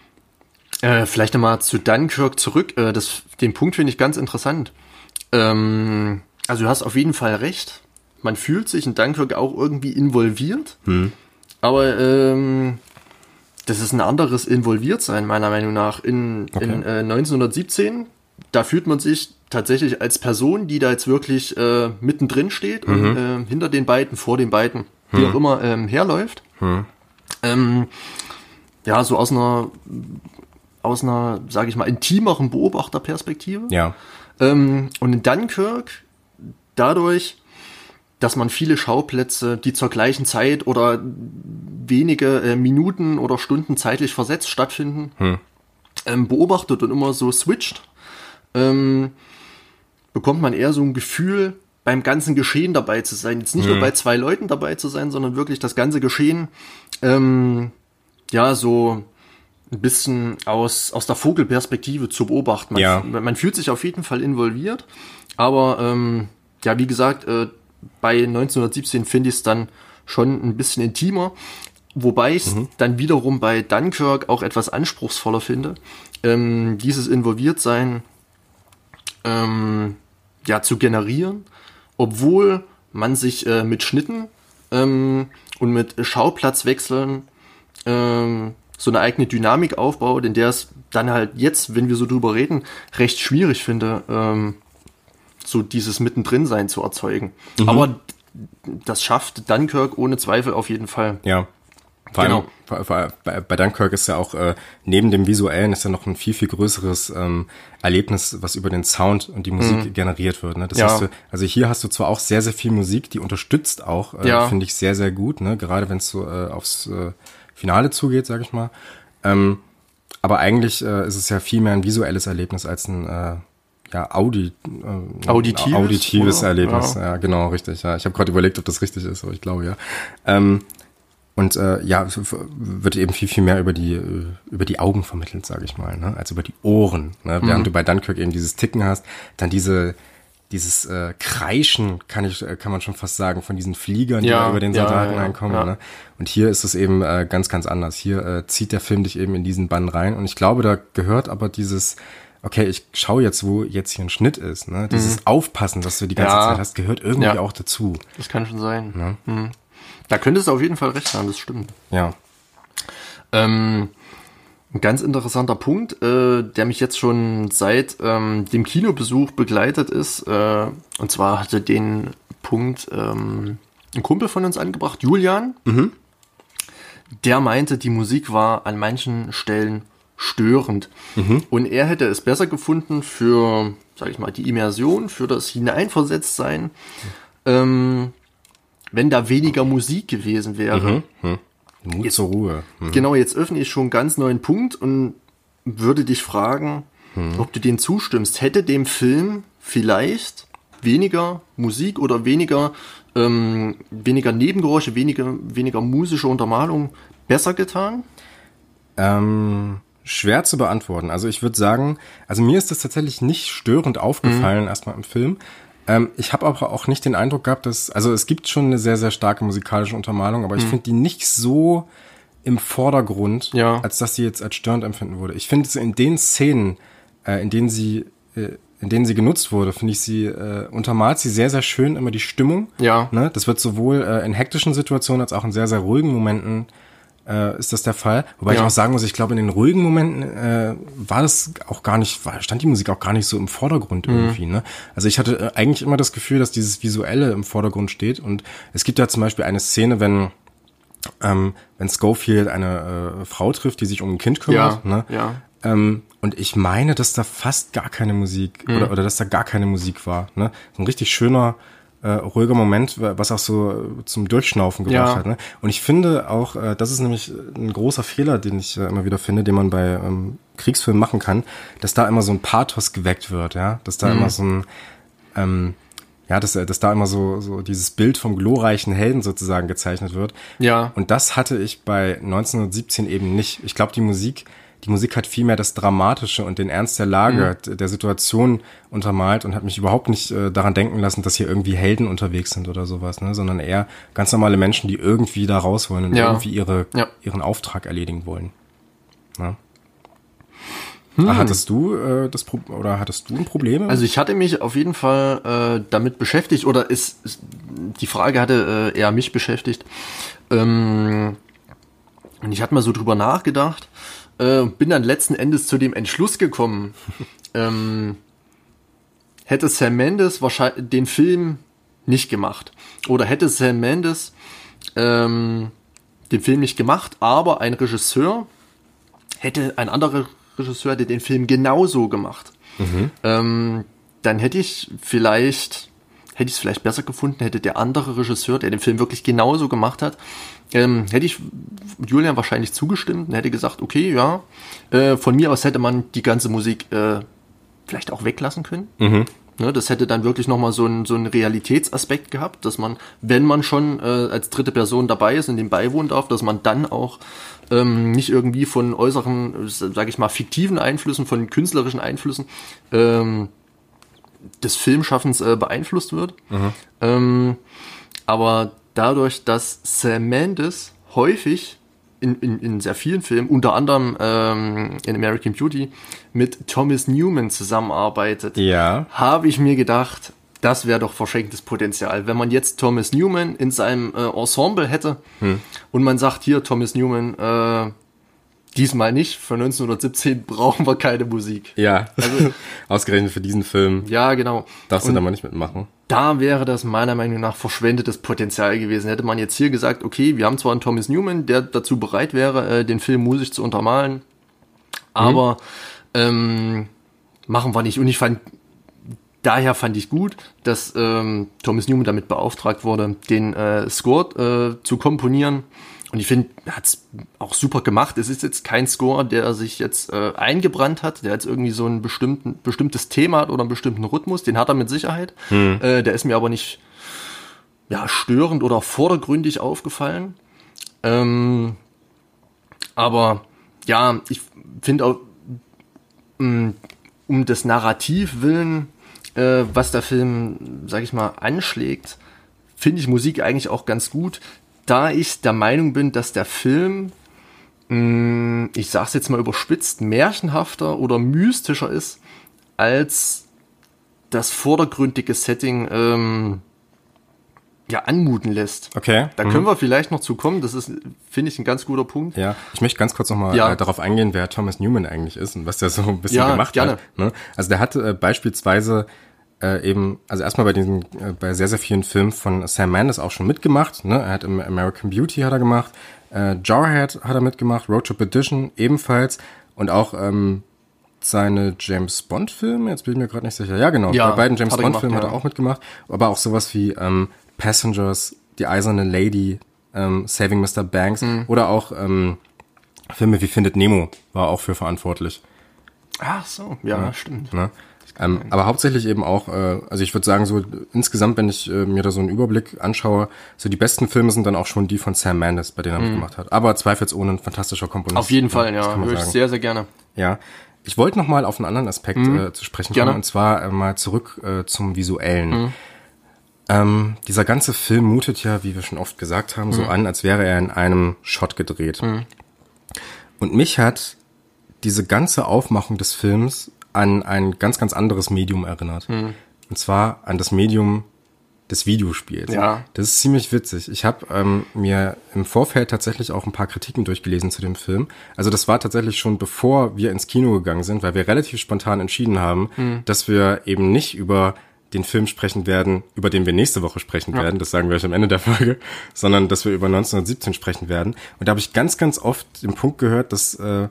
Äh, vielleicht nochmal zu Dunkirk zurück. Äh, das, den Punkt finde ich ganz interessant. Ähm, also du hast auf jeden Fall recht. man fühlt sich in Dunkirk auch irgendwie involviert, hm. aber ähm, das ist ein anderes Involviertsein, meiner Meinung nach. In, okay. in äh, neunzehnhundertsiebzehn, da fühlt man sich tatsächlich als Person, die da jetzt wirklich äh, mittendrin steht mhm. und äh, hinter den beiden, vor den beiden, wie hm. auch immer, ähm, herläuft. Hm. Ähm, ja, so aus einer, aus einer, sage ich mal, intimeren Beobachterperspektive. Ja. Ähm, und in Dunkirk, dadurch, dass man viele Schauplätze, die zur gleichen Zeit oder wenige äh, Minuten oder Stunden zeitlich versetzt stattfinden, hm. ähm, beobachtet und immer so switcht, ähm, bekommt man eher so ein Gefühl, beim ganzen Geschehen dabei zu sein. Jetzt nicht hm. nur bei zwei Leuten dabei zu sein, sondern wirklich das ganze Geschehen, ähm, ja, so ein bisschen aus, aus der Vogelperspektive zu beobachten. Man, ja. man fühlt sich auf jeden Fall involviert, aber ähm, ja, wie gesagt, äh, bei neunzehnhundertsiebzehn finde ich es dann schon ein bisschen intimer, wobei ich es mhm. dann wiederum bei Dunkirk auch etwas anspruchsvoller finde, ähm, dieses Involviertsein ähm, ja, zu generieren, obwohl man sich äh, mit Schnitten ähm, und mit Schauplatzwechseln ähm, so eine eigene Dynamik aufbaut, in der es dann halt jetzt, wenn wir so drüber reden, recht schwierig finde, ähm, so dieses Mittendrin-Sein zu erzeugen. Mhm. Aber das schafft Dunkirk ohne Zweifel auf jeden Fall. Ja. Vor genau. allem, vor, bei, bei Dunkirk ist ja auch, äh, neben dem Visuellen ist ja noch ein viel, viel größeres ähm, Erlebnis, was über den Sound und die Musik mhm. generiert wird. Ne? Das ja. hast du, also hier hast du zwar auch sehr, sehr viel Musik, die unterstützt auch, äh, ja. finde ich sehr, sehr gut, ne? Gerade wenn es so äh, aufs äh, Finale zugeht, sag ich mal. Ähm, aber eigentlich äh, ist es ja viel mehr ein visuelles Erlebnis als ein äh, ja, Audi, äh, auditives, auditives oder? Erlebnis. Ja. ja, genau, richtig. Ja. Ich habe gerade überlegt, ob das richtig ist, aber ich glaube ja. Ähm, und äh, ja, wird eben viel, viel mehr über die über die Augen vermittelt, sage ich mal, ne, als über die Ohren. Ne? Während mhm. du bei Dunkirk eben dieses Ticken hast, dann diese dieses äh, Kreischen, kann ich kann man schon fast sagen, von diesen Fliegern, die ja, da über den Soldaten ja, ja, reinkommen. ja. Ne? Und hier ist es eben äh, ganz, ganz anders. Hier äh, zieht der Film dich eben in diesen Bann rein. Und ich glaube, da gehört aber dieses, okay, ich schaue jetzt, wo jetzt hier ein Schnitt ist. Ne? Dieses mhm. Aufpassen, das du die ganze ja. Zeit hast, gehört irgendwie ja. auch dazu. Das kann schon sein. Ne? Mhm. Da könntest du auf jeden Fall recht haben, das stimmt. Ja. Ähm, ein ganz interessanter Punkt, äh, der mich jetzt schon seit ähm, dem Kinobesuch begleitet ist, äh, und zwar hatte den Punkt ähm, ein Kumpel von uns angebracht, Julian, Mhm. der meinte, die Musik war an manchen Stellen störend. Mhm. Und er hätte es besser gefunden für, sag ich mal, die Immersion, für das Hineinversetztsein, ähm, wenn da weniger Musik gewesen wäre. Mhm. Mhm. Mut Jetzt- zur Ruhe. Mhm. Genau, jetzt öffne ich schon einen ganz neuen Punkt und würde dich fragen, ob du dem zustimmst. Hätte dem Film vielleicht weniger Musik oder weniger, ähm, weniger Nebengeräusche, weniger, weniger musische Untermalung besser getan? Ähm, schwer zu beantworten. Also ich würde sagen, also mir ist das tatsächlich nicht störend aufgefallen, erstmal im Film. Ähm, ich habe aber auch nicht den Eindruck gehabt, dass, also es gibt schon eine sehr, sehr starke musikalische Untermalung, aber ich finde die nicht so im Vordergrund, Ja. als dass sie jetzt als störend empfinden wurde. Ich finde so in den Szenen, äh, in denen sie, äh, in denen sie genutzt wurde, finde ich sie, äh, untermalt sie sehr, sehr schön immer die Stimmung. Ja. Ne? Das wird sowohl äh, in hektischen Situationen als auch in sehr, sehr ruhigen Momenten äh, ist das der Fall. Wobei Ja. ich auch sagen muss, ich glaube, in den ruhigen Momenten äh, war das auch gar nicht, war, stand die Musik auch gar nicht so im Vordergrund irgendwie. Ne? Also ich hatte äh, eigentlich immer das Gefühl, dass dieses Visuelle im Vordergrund steht. Und es gibt ja zum Beispiel eine Szene, wenn ähm, wenn Schofield eine äh, Frau trifft, die sich um ein Kind kümmert. Ja, Ne? ja. Ähm, und ich meine, dass da fast gar keine Musik oder, oder dass da gar keine Musik war. Ne? So ein richtig schöner, äh, ruhiger Moment, was auch so äh, zum Durchschnaufen gebracht Ja. hat. Ne? Und ich finde auch, äh, das ist nämlich ein großer Fehler, den ich äh, immer wieder finde, den man bei ähm, Kriegsfilmen machen kann, dass da immer so ein Pathos geweckt wird, ja, dass da immer so ein ähm, ja, dass, dass da immer so, so dieses Bild vom glorreichen Helden sozusagen gezeichnet wird. Ja. Und das hatte ich bei neunzehnhundertsiebzehn eben nicht. Ich glaube, die Musik, die Musik hat vielmehr das Dramatische und den Ernst der Lage, mhm. der Situation untermalt und hat mich überhaupt nicht äh, daran denken lassen, dass hier irgendwie Helden unterwegs sind oder sowas, ne, sondern eher ganz normale Menschen, die irgendwie da raus wollen und Ja. irgendwie ihre, Ja. ihren Auftrag erledigen wollen. Ja. Hm. Hattest du äh, das Pro- oder hattest du ein Problem? Also ich hatte mich auf jeden Fall äh, damit beschäftigt, oder ist, ist die Frage hatte äh, eher mich beschäftigt. Ähm, und ich hatte mal so drüber nachgedacht äh, und bin dann letzten Endes zu dem Entschluss gekommen, ähm, hätte Sam Mendes wahrscheinlich den Film nicht gemacht. Oder hätte Sam Mendes ähm, den Film nicht gemacht, aber ein Regisseur hätte, ein anderer Regisseur hätte den Film genauso gemacht. Mhm. Ähm, dann hätte ich vielleicht, hätte ich es vielleicht besser gefunden, hätte der andere Regisseur, der den Film wirklich genauso gemacht hat, ähm, hätte ich Julian wahrscheinlich zugestimmt und hätte gesagt, okay, ja, äh, von mir aus hätte man die ganze Musik äh, vielleicht auch weglassen können. Mhm. Ne, das hätte dann wirklich nochmal so einen so einen Realitätsaspekt gehabt, dass man, wenn man schon äh, als dritte Person dabei ist und dem beiwohnen darf, dass man dann auch ähm, nicht irgendwie von äußeren, sage ich mal, fiktiven Einflüssen, von künstlerischen Einflüssen ähm, des Filmschaffens äh, beeinflusst wird. Mhm. Ähm, aber dadurch, dass Sam Mendes häufig In, in, in sehr vielen Filmen, unter anderem ähm, in American Beauty, mit Thomas Newman zusammenarbeitet, ja. habe ich mir gedacht, das wäre doch verschenktes Potenzial. Wenn man jetzt Thomas Newman in seinem äh, Ensemble hätte hm. und man sagt, hier, Thomas Newman, äh, diesmal nicht, für neunzehnhundertsiebzehn brauchen wir keine Musik. Ja, also, ausgerechnet für diesen Film. Ja, genau. Darfst du da mal nicht mitmachen. Da wäre das meiner Meinung nach verschwendetes Potenzial gewesen. Hätte man jetzt hier gesagt, okay, wir haben zwar einen Thomas Newman, der dazu bereit wäre, äh, den Film musisch zu untermalen, aber mhm. ähm, machen wir nicht. Und ich fand, daher fand ich gut, dass ähm, Thomas Newman damit beauftragt wurde, den äh, Score äh, zu komponieren. Und ich finde, er hat es auch super gemacht. Es ist jetzt kein Score, der sich jetzt äh, eingebrannt hat, der jetzt irgendwie so ein bestimmten, bestimmtes Thema hat oder einen bestimmten Rhythmus. Den hat er mit Sicherheit. Hm. Äh, der ist mir aber nicht ja, störend oder vordergründig aufgefallen. Ähm, aber ja, ich finde auch, mh, um des Narrativ willen, äh, was der Film, sag ich mal, anschlägt, finde ich Musik eigentlich auch ganz gut. Da ich der Meinung bin, dass der Film, mh, ich sag's jetzt mal überspitzt, märchenhafter oder mystischer ist, als das vordergründige Setting ähm, ja anmuten lässt. Okay. Da mhm. können wir vielleicht noch zu kommen, das ist, finde ich, ein ganz guter Punkt. Ja, ich möchte ganz kurz nochmal ja. äh, darauf eingehen, wer Thomas Newman eigentlich ist und was der so ein bisschen ja, gemacht gerne. hat. Ne? Also der hatte äh, beispielsweise Äh, eben, also erstmal bei diesen, äh, bei sehr, sehr vielen Filmen von Sam Mendes auch schon mitgemacht, ne? Er hat im American Beauty hat er gemacht, äh, Jarhead hat er mitgemacht, Road Trip Edition ebenfalls und auch ähm, seine James Bond Filme, jetzt bin ich mir gerade nicht sicher, ja genau, ja, bei beiden James Bond Filmen ja. hat er auch mitgemacht, aber auch sowas wie ähm, Passengers, Die Eiserne Lady, ähm, Saving Mister Banks mhm. oder auch ähm, Filme wie Findet Nemo war auch für verantwortlich. Ach so, ja, ja stimmt. Ne? Ähm, aber hauptsächlich eben auch, äh, also ich würde sagen, so insgesamt, wenn ich äh, mir da so einen Überblick anschaue, so die besten Filme sind dann auch schon die von Sam Mendes, bei denen er mhm. mitgemacht hat. Aber zweifelsohne ein fantastischer Komponist. Auf jeden Fall, ja, ja höre ich sehr, sehr gerne. Ja, ich wollte noch mal auf einen anderen Aspekt mhm. äh, zu sprechen kommen, gerne. und zwar äh, mal zurück äh, zum Visuellen. Mhm. Ähm, dieser ganze Film mutet ja, wie wir schon oft gesagt haben, mhm. so an, als wäre er in einem Shot gedreht. Mhm. Und mich hat diese ganze Aufmachung des Films an ein ganz, ganz anderes Medium erinnert. Hm. Und zwar an das Medium des Videospiels. Ja. Das ist ziemlich witzig. Ich habe ähm, mir im Vorfeld tatsächlich auch ein paar Kritiken durchgelesen zu dem Film. Also das war tatsächlich schon bevor wir ins Kino gegangen sind, weil wir relativ spontan entschieden haben, hm. dass wir eben nicht über den Film sprechen werden, über den wir nächste Woche sprechen ja. werden, das sagen wir euch am Ende der Folge, sondern dass wir über neunzehnhundertsiebzehn sprechen werden. Und da habe ich ganz, ganz oft den Punkt gehört, dass äh,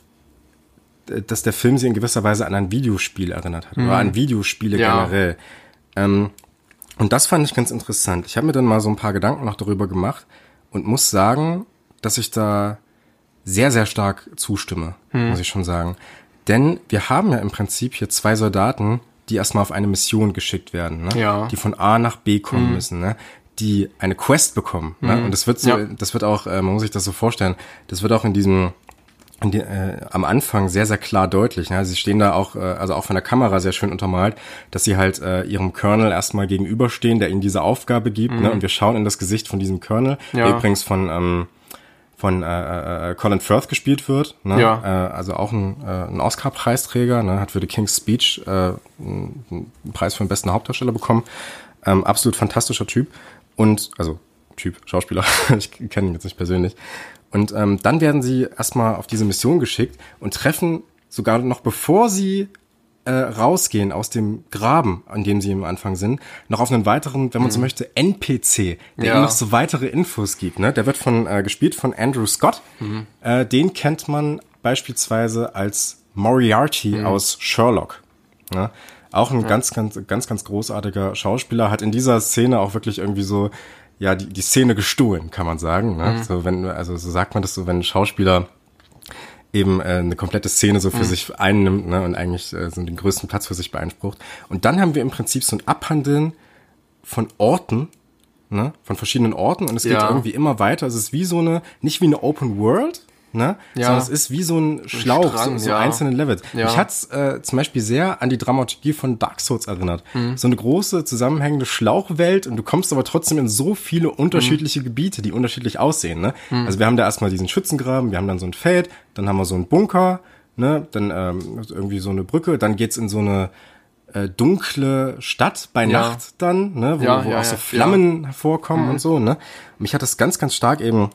dass der Film sie in gewisser Weise an ein Videospiel erinnert hat, mhm. oder an Videospiele ja. generell. Ähm, und das fand ich ganz interessant. Ich habe mir dann mal so ein paar Gedanken noch darüber gemacht und muss sagen, dass ich da sehr, sehr stark zustimme, mhm. muss ich schon sagen. Denn wir haben ja im Prinzip hier zwei Soldaten, die erstmal auf eine Mission geschickt werden, ne? ja. die von A nach B kommen mhm. müssen, ne? die eine Quest bekommen. Mhm. Ne? Und das wird so, ja. das wird auch, äh, man muss sich das so vorstellen, das wird auch in diesem Die, äh, am Anfang sehr, sehr klar deutlich. Ne? Sie stehen da auch, äh, also auch von der Kamera sehr schön untermalt, dass sie halt äh, ihrem Colonel erstmal gegenüberstehen, der ihnen diese Aufgabe gibt. Mhm. Ne? Und wir schauen in das Gesicht von diesem Colonel, ja. der übrigens von, ähm, von äh, äh, Colin Firth gespielt wird. Ne? Ja. Äh, also auch ein, äh, ein Oscar-Preisträger, ne? Hat für The King's Speech äh, einen Preis für den besten Hauptdarsteller bekommen. Ähm, absolut fantastischer Typ. Und, also Typ, Schauspieler, ich kenne ihn jetzt nicht persönlich. Und ähm, dann werden sie erstmal auf diese Mission geschickt und treffen sogar noch bevor sie äh, rausgehen aus dem Graben, an dem sie am Anfang sind, noch auf einen weiteren, wenn man so möchte, N P C, der Ja. ihnen noch so weitere Infos gibt. Ne? Der wird von äh, gespielt von Andrew Scott. Mhm. Äh, den kennt man beispielsweise als Moriarty mhm. aus Sherlock. Ne? Auch ein ja. ganz, ganz, ganz, ganz großartiger Schauspieler, hat in dieser Szene auch wirklich irgendwie so, ja, die, die Szene gestohlen, kann man sagen. Ne? Mhm. So, wenn, also so sagt man das so, wenn ein Schauspieler eben äh, eine komplette Szene so für mhm. sich einnimmt, ne, und eigentlich äh, so den größten Platz für sich beansprucht. Und dann haben wir im Prinzip so ein Abhandeln von Orten, ne, von verschiedenen Orten, und es geht ja. irgendwie immer weiter. Es ist wie so eine, nicht wie eine Open World, ne, ja. sondern es ist wie so ein Schlauch, Strang, so, so ja. einzelne Levels. Ja. Mich hat's äh, zum Beispiel sehr an die Dramaturgie von Dark Souls erinnert. Mhm. So eine große, zusammenhängende Schlauchwelt, und du kommst aber trotzdem in so viele unterschiedliche mhm. Gebiete, die unterschiedlich aussehen. Ne? Mhm. Also wir haben da erstmal diesen Schützengraben, wir haben dann so ein Feld, dann haben wir so einen Bunker, ne, dann ähm, irgendwie so eine Brücke, dann geht's in so eine äh, dunkle Stadt bei ja. Nacht dann, ne, wo, ja, wo ja, auch so ja. Flammen ja. hervorkommen mhm. und so. Ne? Mich hat das ganz, ganz stark eben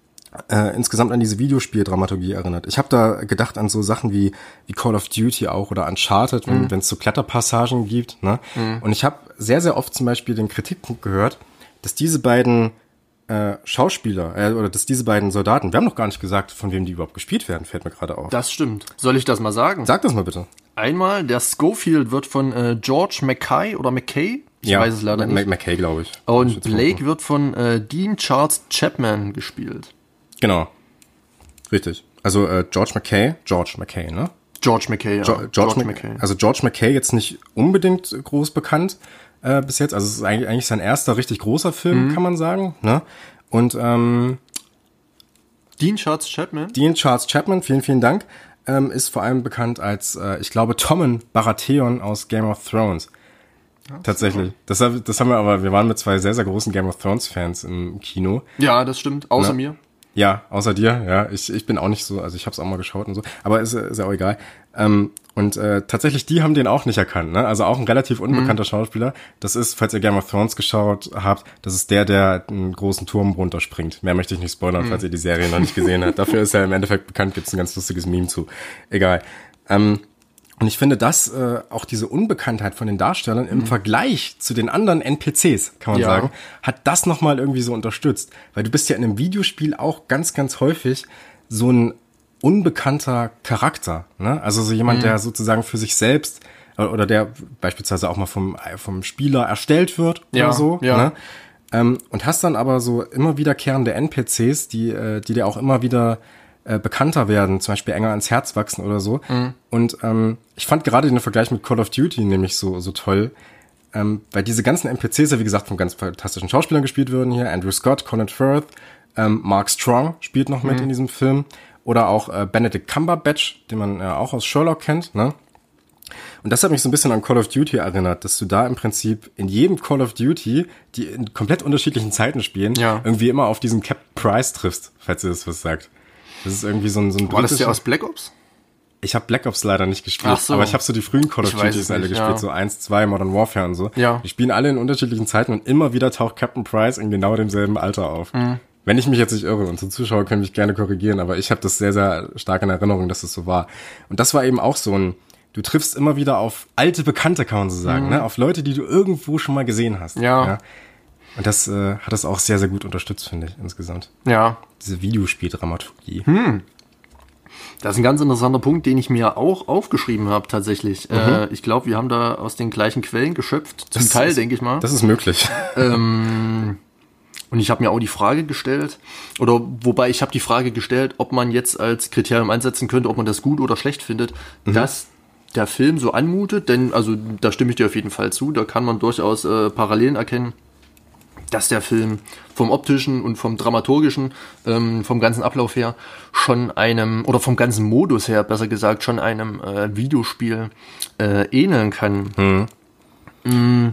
Äh, insgesamt an diese Videospieldramaturgie erinnert. Ich habe da gedacht an so Sachen wie wie Call of Duty auch oder Uncharted, wenn mhm. es so Kletterpassagen gibt. Ne? Mhm. Und ich habe sehr, sehr oft zum Beispiel den Kritikpunkt gehört, dass diese beiden äh, Schauspieler äh, oder dass diese beiden Soldaten, wir haben noch gar nicht gesagt, von wem die überhaupt gespielt werden, fällt mir gerade auf. Das stimmt. Soll ich das mal sagen? Sag das mal bitte. Einmal, der Schofield wird von äh, George Mackay oder Mackay, ich ja, weiß es leider nicht. Mackay, glaube ich. Und Blake wird von äh, Dean Charles Chapman gespielt. Genau. Richtig. Also äh, George Mackay, George Mackay, ne? George Mackay, ja. Jo- George, George Mac- Mackay. Also George Mackay jetzt nicht unbedingt groß bekannt äh, bis jetzt. Also es ist eigentlich, eigentlich sein erster richtig großer Film, mhm. kann man sagen. Ne? Und ähm, Dean Charles Chapman? Dean Charles Chapman, vielen, vielen Dank, ähm, ist vor allem bekannt als, äh, ich glaube, Tommen Baratheon aus Game of Thrones. Ja, tatsächlich. Das, das haben wir aber, wir waren mit zwei sehr, sehr großen Game of Thrones Fans im Kino. Ja, das stimmt. Außer ne? mir. Ja, außer dir, ja. Ich, ich bin auch nicht so, also ich habe es auch mal geschaut und so, aber ist, ist ja auch egal. Ähm, und äh, tatsächlich, die haben den auch nicht erkannt, ne? Also auch ein relativ unbekannter mhm. Schauspieler. Das ist, falls ihr Game of Thrones geschaut habt, das ist der, der einen großen Turm runterspringt. Mehr möchte ich nicht spoilern, mhm. falls ihr die Serie noch nicht gesehen habt. Dafür ist er im Endeffekt bekannt, gibt's ein ganz lustiges Meme zu. Egal. Ähm, Und ich finde, dass äh, auch diese Unbekanntheit von den Darstellern im mhm. Vergleich zu den anderen N P Cs, kann man ja. sagen, hat das nochmal irgendwie so unterstützt. Weil du bist ja in einem Videospiel auch ganz, ganz häufig so ein unbekannter Charakter. Ne? Also so jemand, mhm. der sozusagen für sich selbst oder der beispielsweise auch mal vom, vom Spieler erstellt wird ja. oder so. Ja. Ne? Ähm, und hast dann aber so immer wiederkehrende N P Cs, die, äh, die dir auch immer wieder Äh, bekannter werden, zum Beispiel enger ans Herz wachsen oder so. Mhm. Und ähm, ich fand gerade den Vergleich mit Call of Duty nämlich so so toll, ähm, weil diese ganzen N P Cs ja wie gesagt von ganz fantastischen Schauspielern gespielt würden hier. Andrew Scott, Colin Firth, ähm, Mark Strong spielt noch mit mhm. in diesem Film. Oder auch äh, Benedict Cumberbatch, den man äh, auch aus Sherlock kennt, ne? Und das hat mich so ein bisschen an Call of Duty erinnert, dass du da im Prinzip in jedem Call of Duty, die in komplett unterschiedlichen Zeiten spielen, ja. irgendwie immer auf diesen Captain Price triffst, falls ihr das was sagt. Das ist irgendwie so ein, so ein War das der aus Black Ops? Ich habe Black Ops leider nicht gespielt, Ach so. aber ich habe so die frühen Call of Ich weiß Duties es alle nicht, gespielt, ja. so eins, zwei, Modern Warfare und so. Ja. Die spielen alle in unterschiedlichen Zeiten und immer wieder taucht Captain Price in genau demselben Alter auf. Mhm. Wenn ich mich jetzt nicht irre, und so Zuschauer können mich gerne korrigieren, aber ich habe das sehr, sehr stark in Erinnerung, dass das so war. Und das war eben auch so ein, du triffst immer wieder auf alte Bekannte, kann man so sagen, mhm. ne? Auf Leute, die du irgendwo schon mal gesehen hast. Ja. ja? Und das äh, hat das auch sehr, sehr gut unterstützt, finde ich, insgesamt. Ja. Diese Videospieldramaturgie. Hm. Das ist ein ganz interessanter Punkt, den ich mir auch aufgeschrieben habe, tatsächlich. Mhm. Äh, ich glaube, wir haben da aus den gleichen Quellen geschöpft. Zum das Teil, ist, denke ich mal. Das ist möglich. Ähm, und ich habe mir auch die Frage gestellt, oder wobei ich habe die Frage gestellt, ob man jetzt als Kriterium einsetzen könnte, ob man das gut oder schlecht findet, mhm. dass der Film so anmutet. Denn, also da stimme ich dir auf jeden Fall zu, da kann man durchaus äh, Parallelen erkennen, dass der Film vom optischen und vom dramaturgischen, ähm, vom ganzen Ablauf her schon einem, oder vom ganzen Modus her, besser gesagt, schon einem äh, Videospiel äh, ähneln kann. Mhm. Mm,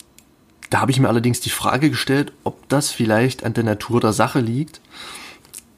da habe ich mir allerdings die Frage gestellt, ob das vielleicht an der Natur der Sache liegt,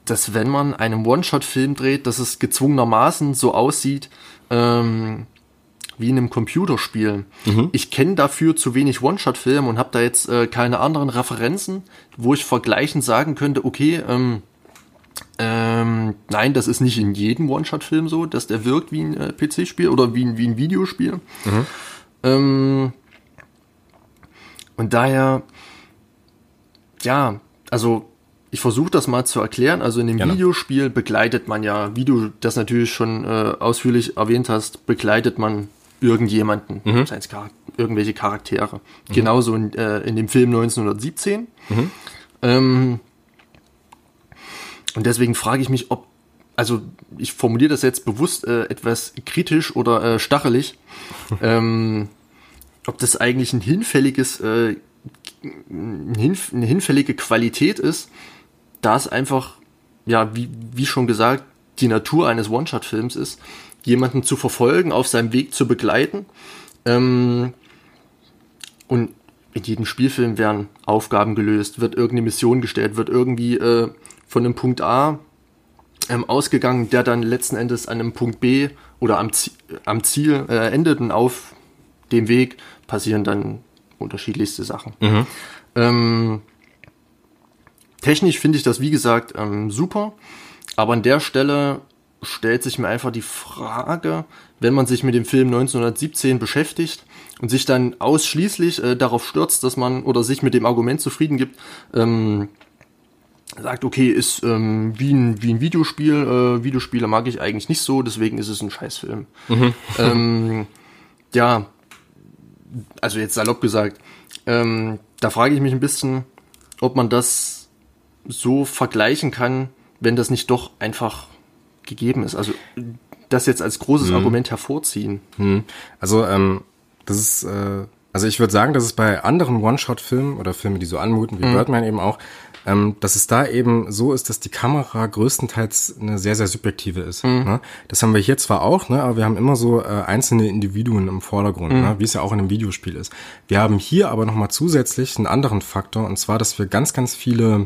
dass wenn man einen One-Shot-Film dreht, dass es gezwungenermaßen so aussieht, ähm, wie in einem Computerspiel. Mhm. Ich kenne dafür zu wenig One-Shot-Filme und habe da jetzt äh, keine anderen Referenzen, wo ich vergleichend sagen könnte, okay, ähm, ähm, nein, das ist nicht in jedem One-Shot-Film so, dass der wirkt wie ein äh, P C-Spiel oder wie ein, wie ein Videospiel. Mhm. Ähm, und daher, ja, also ich versuche das mal zu erklären. Also in dem Gerne. Videospiel begleitet man ja, wie du das natürlich schon äh, ausführlich erwähnt hast, begleitet man irgendjemanden, mhm. seien es Charakter- irgendwelche Charaktere. Mhm. Genauso in, äh, in dem Film neunzehnhundertsiebzehn. Mhm. Ähm, und deswegen frage ich mich, ob, also ich formuliere das jetzt bewusst äh, etwas kritisch oder äh, stachelig, ähm, ob das eigentlich ein hinfälliges, äh, ein hinf- eine hinfällige Qualität ist, da es einfach, ja, wie, wie schon gesagt, die Natur eines One-Shot-Films ist, jemanden zu verfolgen, auf seinem Weg zu begleiten. Ähm, und in jedem Spielfilm werden Aufgaben gelöst, wird irgendeine Mission gestellt, wird irgendwie äh, von einem Punkt A ähm, ausgegangen, der dann letzten Endes an einem Punkt B oder am, Ziel, am Ziel äh, endet, und auf dem Weg passieren dann unterschiedlichste Sachen. Mhm. Ähm, technisch finde ich das, wie gesagt, ähm, super, aber an der Stelle stellt sich mir einfach die Frage, wenn man sich mit dem Film neunzehnhundertsiebzehn beschäftigt und sich dann ausschließlich äh, darauf stürzt, dass man oder sich mit dem Argument zufrieden gibt, ähm, sagt, okay, ist ähm, wie, ein, wie ein Videospiel, äh, Videospiele mag ich eigentlich nicht so, deswegen ist es ein Scheißfilm. Mhm. ähm, ja, also jetzt salopp gesagt, ähm, da frage ich mich ein bisschen, ob man das so vergleichen kann, wenn das nicht doch einfach gegeben ist. Also das jetzt als großes hm. Argument hervorziehen. Hm. Also ähm, das ist, äh, also ich würde sagen, dass es bei anderen One-Shot-Filmen oder Filme, die so anmuten, wie hm. Birdman eben auch, ähm, dass es da eben so ist, dass die Kamera größtenteils eine sehr, sehr subjektive ist. Hm. Ne? Das haben wir hier zwar auch, ne, aber wir haben immer so äh, einzelne Individuen im Vordergrund, hm. ne, wie es ja auch in einem Videospiel ist. Wir haben hier aber nochmal zusätzlich einen anderen Faktor, und zwar, dass wir ganz, ganz viele,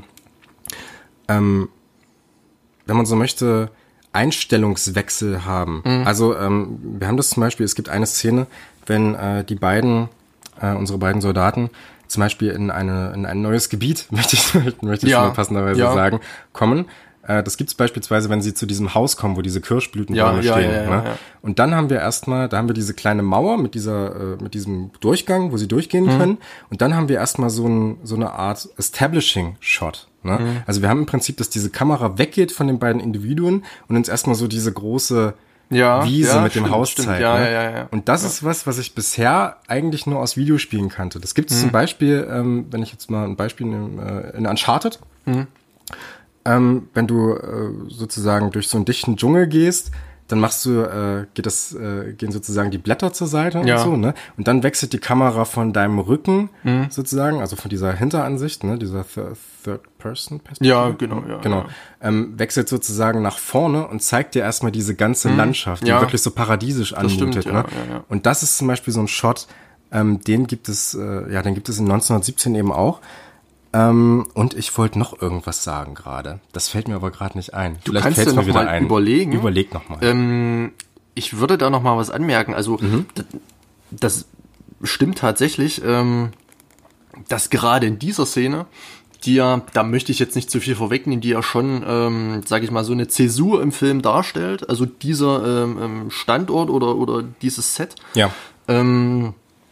ähm, wenn man so möchte, Einstellungswechsel haben. Mhm. Also ähm, wir haben das zum Beispiel, es gibt eine Szene, wenn äh, die beiden, äh, unsere beiden Soldaten zum Beispiel in eine in ein neues Gebiet, möchte ich, möchte ich ja. mal passenderweise ja. sagen, kommen. Äh, das gibt's beispielsweise, wenn sie zu diesem Haus kommen, wo diese Kirschblütenbäume ja, stehen. Ja, ja, ja, ne? ja. Und dann haben wir erstmal, da haben wir diese kleine Mauer mit dieser, äh, mit diesem Durchgang, wo sie durchgehen mhm. können. Und dann haben wir erstmal so, ein, so eine Art Establishing-Shot. Ne? Mhm. Also wir haben im Prinzip, dass diese Kamera weggeht von den beiden Individuen und uns erstmal so diese große ja, Wiese ja, mit stimmt, dem Haus stimmt. zeigt. Ja, ne? ja, ja, ja. Und das ja. ist was, was ich bisher eigentlich nur aus Videospielen kannte. Das gibt es mhm. zum Beispiel, ähm, wenn ich jetzt mal ein Beispiel nehme, äh, in Uncharted. Mhm. Ähm, wenn du äh, sozusagen durch so einen dichten Dschungel gehst, dann machst du, äh, geht das, äh, gehen sozusagen die Blätter zur Seite ja. und so, ne? Und dann wechselt die Kamera von deinem Rücken mhm. sozusagen, also von dieser Hinteransicht, ne, dieser Th- Third-Person-Perspektive. Ja, genau, ja. Genau. Ja. Ähm, wechselt sozusagen nach vorne und zeigt dir erstmal diese ganze mhm. Landschaft, die ja. wirklich so paradiesisch anmutet, stimmt, ne? Ja, ja, ja. Und das ist zum Beispiel so ein Shot, ähm, den gibt es, äh, ja, den gibt es in neunzehnhundertsiebzehn eben auch. Ähm, und ich wollte noch irgendwas sagen gerade. Das fällt mir aber gerade nicht ein. Du Vielleicht kannst dir noch mal ein. überlegen. Überleg noch mal. Ähm, ich würde da noch mal was anmerken. Also mhm. das, das stimmt tatsächlich, ähm, dass gerade in dieser Szene, die ja, da möchte ich jetzt nicht zu viel vorwegnehmen, die ja schon, ähm, sage ich mal, so eine Zäsur im Film darstellt. Also dieser ähm, Standort oder oder dieses Set. Ja. Ähm,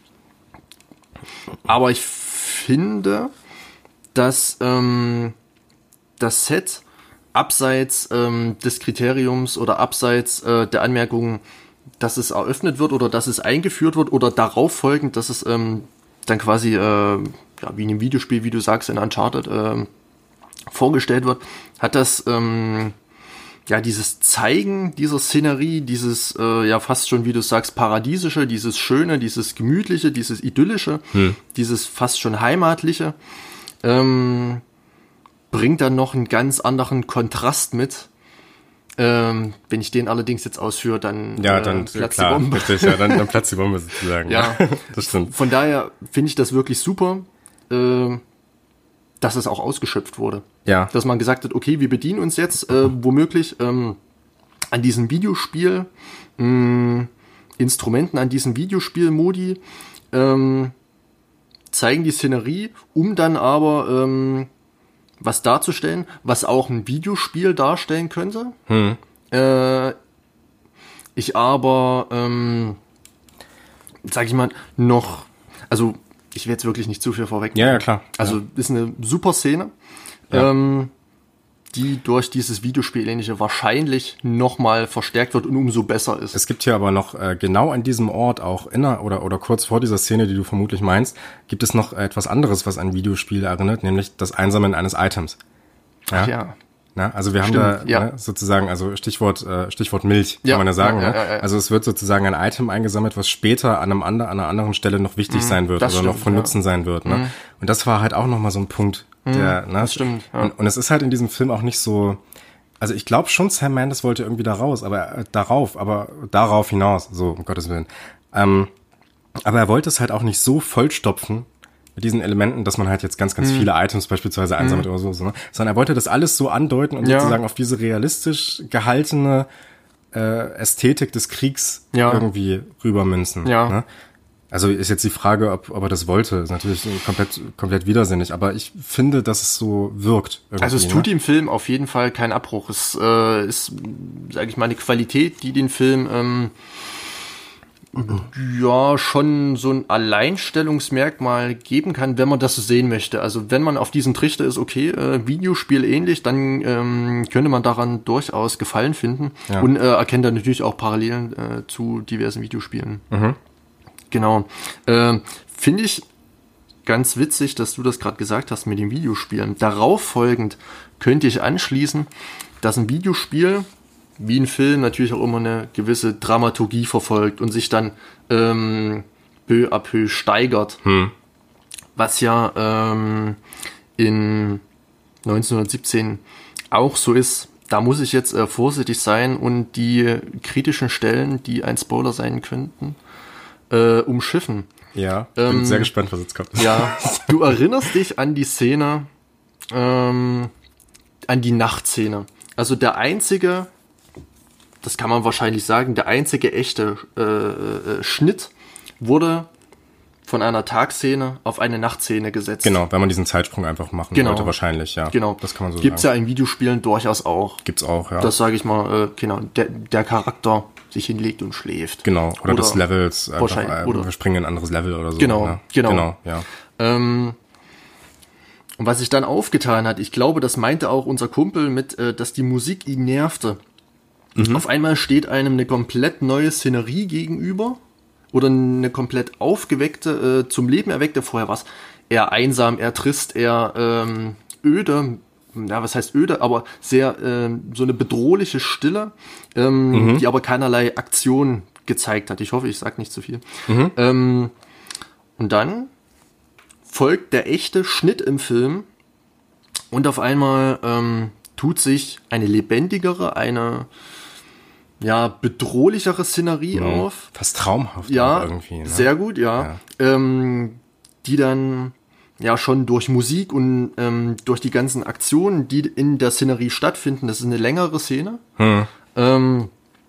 aber ich finde, dass ähm, das Set abseits ähm, des Kriteriums oder abseits äh, der Anmerkungen, dass es eröffnet wird oder dass es eingeführt wird oder darauf folgend, dass es ähm, dann quasi äh, ja, wie in einem Videospiel, wie du sagst, in Uncharted äh, vorgestellt wird, hat das ähm, ja dieses Zeigen dieser Szenerie, dieses äh, ja fast schon, wie du sagst, paradiesische, dieses Schöne, dieses Gemütliche, dieses Idyllische, hm. dieses fast schon Heimatliche, Ähm, bringt dann noch einen ganz anderen Kontrast mit. Ähm, wenn ich den allerdings jetzt ausführe, dann, ja, dann äh, platzt klar, die Bombe. Richtig, ja, dann, dann platzt die Bombe sozusagen. ja, das stimmt. Von daher finde ich das wirklich super, äh, dass es auch ausgeschöpft wurde. Ja. Dass man gesagt hat, okay, wir bedienen uns jetzt äh, womöglich ähm, an diesem Videospiel, mh, Instrumenten, an diesen Videospielmodi, ähm, zeigen die Szenerie, um dann aber ähm, was darzustellen, was auch ein Videospiel darstellen könnte. Hm. Äh, ich aber, ähm, sag ich mal, noch, also ich will jetzt wirklich nicht zu viel vorweg. Ja, ja, klar. Also ja. ist eine super Szene, Ja. ähm, die durch dieses Videospiel-ähnliche wahrscheinlich nochmal verstärkt wird und umso besser ist. Es gibt hier aber noch äh, genau an diesem Ort, auch inner oder oder kurz vor dieser Szene, die du vermutlich meinst, gibt es noch etwas anderes, was an Videospiele erinnert, nämlich das Einsammeln eines Items. Ja. Ach ja. Na, also wir haben Stimmt, da ja. ne, sozusagen, also Stichwort äh, Stichwort Milch, kann Ja, man ja sagen. ja, ne? ja, ja, ja. Also es wird sozusagen ein Item eingesammelt, was später an einem ander, an einer anderen Stelle noch wichtig sein wird oder das noch stimmt, von ja. Nutzen sein wird. Ne? Und das war halt auch nochmal so ein Punkt, der, ne? das stimmt, ja. Und, und es ist halt in diesem Film auch nicht so. Also ich glaube schon, Sam Mendes wollte irgendwie da raus, aber äh, darauf, aber darauf hinaus, so um Gottes Willen. Ähm, aber er wollte es halt auch nicht so vollstopfen mit diesen Elementen, dass man halt jetzt ganz, ganz Mhm. viele Items beispielsweise einsammelt oder so, so, ne? Sondern er wollte das alles so andeuten und Ja. sozusagen auf diese realistisch gehaltene äh, Ästhetik des Kriegs Ja. irgendwie rübermünzen. Ja. Ne? Also ist jetzt die Frage, ob, ob er das wollte. Ist natürlich komplett, komplett widersinnig, aber ich finde, dass es so wirkt. Irgendwie, Also es tut ne? dem Film auf jeden Fall keinen Abbruch. Es äh, ist, sage ich mal, eine Qualität, die den Film ähm, ja schon so ein Alleinstellungsmerkmal geben kann, wenn man das so sehen möchte. Also wenn man auf diesen Trichter ist, okay, äh, Videospiel ähnlich, dann ähm, könnte man daran durchaus Gefallen finden Ja. und äh, erkennt dann natürlich auch Parallelen äh, zu diversen Videospielen. Mhm. Genau. Ähm, Finde ich ganz witzig, dass du das gerade gesagt hast mit den Videospielen. Darauf folgend könnte ich anschließen, dass ein Videospiel, wie ein Film, natürlich auch immer eine gewisse Dramaturgie verfolgt und sich dann ähm, peu à peu steigert. Hm. Was ja ähm, in neunzehnhundertsiebzehn auch so ist. Da muss ich jetzt äh, vorsichtig sein und die kritischen Stellen, die ein Spoiler sein könnten, äh, umschiffen. Ja, ich bin Ähm, sehr gespannt, was jetzt kommt. Ja, du erinnerst dich an die Szene, ähm, an die Nachtszene. Also der einzige, das kann man wahrscheinlich sagen, der einzige echte äh, äh, Schnitt wurde von einer Tagszene auf eine Nachtszene gesetzt. Genau, wenn man diesen Zeitsprung einfach machen Genau. wollte, wahrscheinlich, ja. Genau. Das kann man so Gibt's sagen. ja in Videospielen durchaus auch. Gibt's auch, ja. Das sage ich mal, äh, genau, der, der Charakter sich hinlegt und schläft. Genau, oder, Oder des Levels, einfach, wahrscheinlich, äh, oder- wir springen in ein anderes Level oder so. Genau, ne? genau. Genau, ja. Ähm, und was sich dann aufgetan hat, ich glaube, das meinte auch unser Kumpel mit, äh, dass die Musik ihn nervte. Auf einmal steht einem eine komplett neue Szenerie gegenüber oder eine komplett aufgeweckte, äh, zum Leben erweckte, vorher was eher einsam, eher trist, eher ähm, öde, ja, was heißt öde, aber sehr ähm, so eine bedrohliche Stille, ähm, die aber keinerlei Aktion gezeigt hat. Ich hoffe, ich sage nicht zu viel. Ähm, und dann folgt der echte Schnitt im Film und auf einmal ähm, tut sich eine lebendigere, eine ja bedrohlichere Szenerie Mhm. auf. Fast traumhaft Ja, auch irgendwie. Ne? sehr gut, ja. Ähm, die dann ja schon durch Musik und ähm, durch die ganzen Aktionen, die in der Szenerie stattfinden, das ist eine längere Szene, Hm. ähm,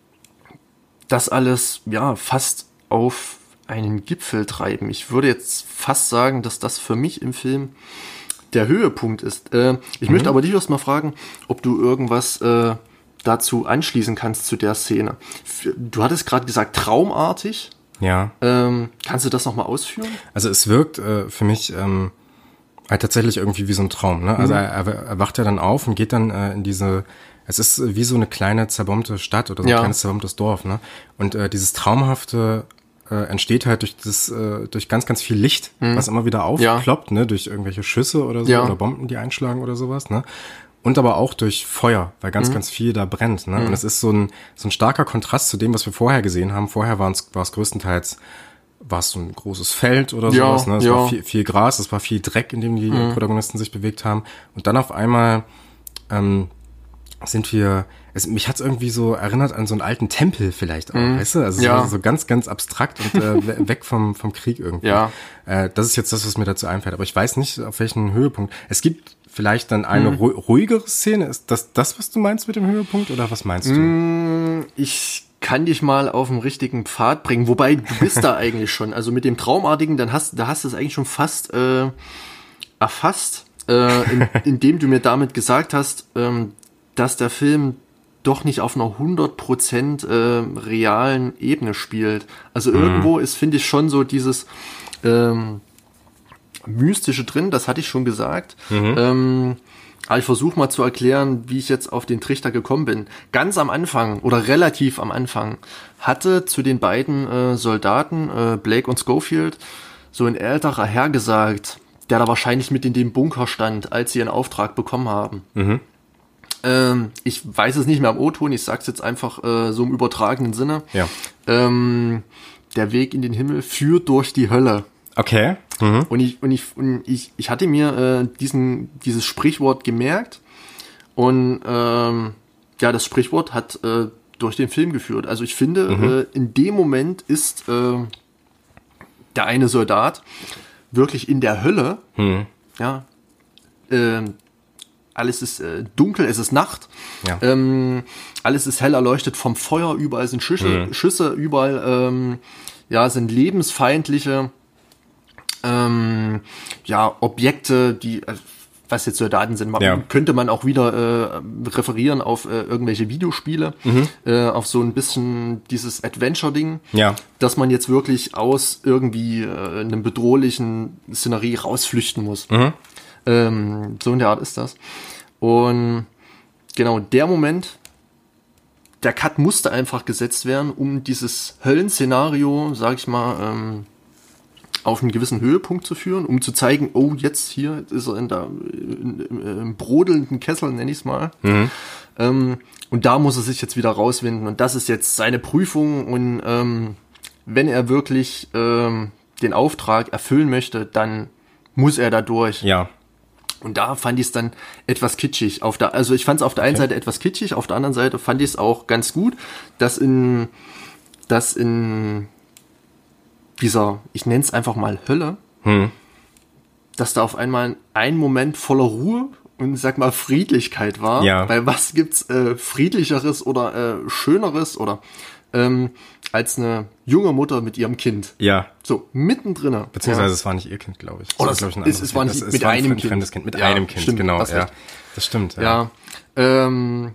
das alles ja fast auf einen Gipfel treiben. Ich würde jetzt fast sagen, dass das für mich im Film der Höhepunkt ist. Äh, ich möchte aber dich erst mal fragen, ob du irgendwas äh, dazu anschließen kannst zu der Szene. F- Du hattest gerade gesagt, traumartig. Ja. Ähm, kannst du das nochmal ausführen? Also es wirkt äh, für mich ähm, halt tatsächlich irgendwie wie so ein Traum. Ne? Also er, er, er wacht ja dann auf und geht dann äh, in diese, es ist äh, wie so eine kleine zerbombte Stadt oder so ein Ja. kleines zerbombtes Dorf. Ne? Und äh, dieses Traumhafte äh, entsteht halt durch das, äh, durch ganz, ganz viel Licht, was immer wieder aufploppt, ne? Durch irgendwelche Schüsse oder so Ja. oder Bomben, die einschlagen oder sowas. Ne? Und aber auch durch Feuer, weil ganz, ganz viel da brennt. Ne? Und es ist so ein, so ein starker Kontrast zu dem, was wir vorher gesehen haben. Vorher war es, war es größtenteils, war es so ein großes Feld oder Ja, sowas. Ne? Es ja. war viel, viel Gras, es war viel Dreck, in dem die Protagonisten sich bewegt haben. Und dann auf einmal ähm, sind wir, es, mich hat's irgendwie so erinnert an so einen alten Tempel vielleicht auch, Mhm. weißt du? Also Ja. so, so ganz, ganz abstrakt und äh, we- weg vom, vom Krieg irgendwie. Ja. Äh, das ist jetzt das, was mir dazu einfällt. Aber ich weiß nicht, auf welchen Höhepunkt. Es gibt vielleicht dann eine Mhm. ru- ruhigere Szene. Ist das das, was du meinst mit dem Höhepunkt oder was meinst du? Ich kann dich mal auf den richtigen Pfad bringen, wobei du bist da eigentlich schon. Also mit dem Traumartigen, dann hast, da hast du es eigentlich schon fast äh, erfasst, äh, in, indem du mir damit gesagt hast, ähm, dass der Film doch nicht auf einer hundert Prozent äh, realen Ebene spielt. Also irgendwo ist, finde ich, schon so dieses ähm, Mystische drin, das hatte ich schon gesagt. Ähm, aber ich versuche mal zu erklären, wie ich jetzt auf den Trichter gekommen bin. Ganz am Anfang oder relativ am Anfang hatte zu den beiden äh, Soldaten, äh, Blake und Schofield, so ein älterer Herr gesagt, der da wahrscheinlich mit in dem Bunker stand, als sie ihren Auftrag bekommen haben. Ähm, ich weiß es nicht mehr am O-Ton, ich sag's jetzt einfach äh, so im übertragenen Sinne. Ja. Ähm, der Weg in den Himmel führt durch die Hölle. Okay. Mhm. Und ich, und ich, und ich, ich hatte mir äh, diesen, dieses Sprichwort gemerkt und ähm, ja, das Sprichwort hat äh, durch den Film geführt. Also ich finde, äh, in dem Moment ist äh, der eine Soldat wirklich in der Hölle. Mhm. Ja, ähm, alles ist äh, dunkel, es ist Nacht. Ja. Ähm, alles ist hell erleuchtet vom Feuer, überall sind Schüsse, Mhm. Schüsse überall ähm, ja, sind lebensfeindliche ähm, ja, Objekte, die, äh, was jetzt Soldaten sind, man, Ja. könnte man auch wieder äh, referieren auf äh, irgendwelche Videospiele, Mhm. äh, auf so ein bisschen dieses Adventure-Ding, Ja. dass man jetzt wirklich aus irgendwie äh, einem bedrohlichen Szenerie rausflüchten muss. Mhm. Ähm, so in der Art ist das. Und genau, der Moment, der Cut musste einfach gesetzt werden, um dieses Höllenszenario, sag ich mal, ähm, auf einen gewissen Höhepunkt zu führen, um zu zeigen, oh, jetzt hier ist er in der in, in, im brodelnden Kessel, nenne ich es mal. Mhm. Ähm, und da muss er sich jetzt wieder rauswinden. Und das ist jetzt seine Prüfung. Und ähm, wenn er wirklich ähm, den Auftrag erfüllen möchte, dann muss er da durch. Ja. Und da fand ich es dann etwas kitschig. Auf der, also ich fand es auf der einen Seite etwas kitschig, auf der anderen Seite fand ich es auch ganz gut, dass in, dass in dieser, ich nenne es einfach mal Hölle, Hm. dass da auf einmal ein Moment voller Ruhe und sag mal Friedlichkeit war. Ja. Weil was gibt's äh, friedlicheres oder äh, schöneres oder ähm, als eine junge Mutter mit ihrem Kind. Ja. So, mittendrin. Beziehungsweise es war nicht ihr Kind, glaube ich. Oh, Das das war, glaub ich, ein ist- anderes es war Kind. nicht Das- mit es war einem ein Kind. fremdes Kind. Mit Ja, einem Kind, stimmt, genau. hast Ja. recht. Das stimmt. Ja. Ja. Ähm,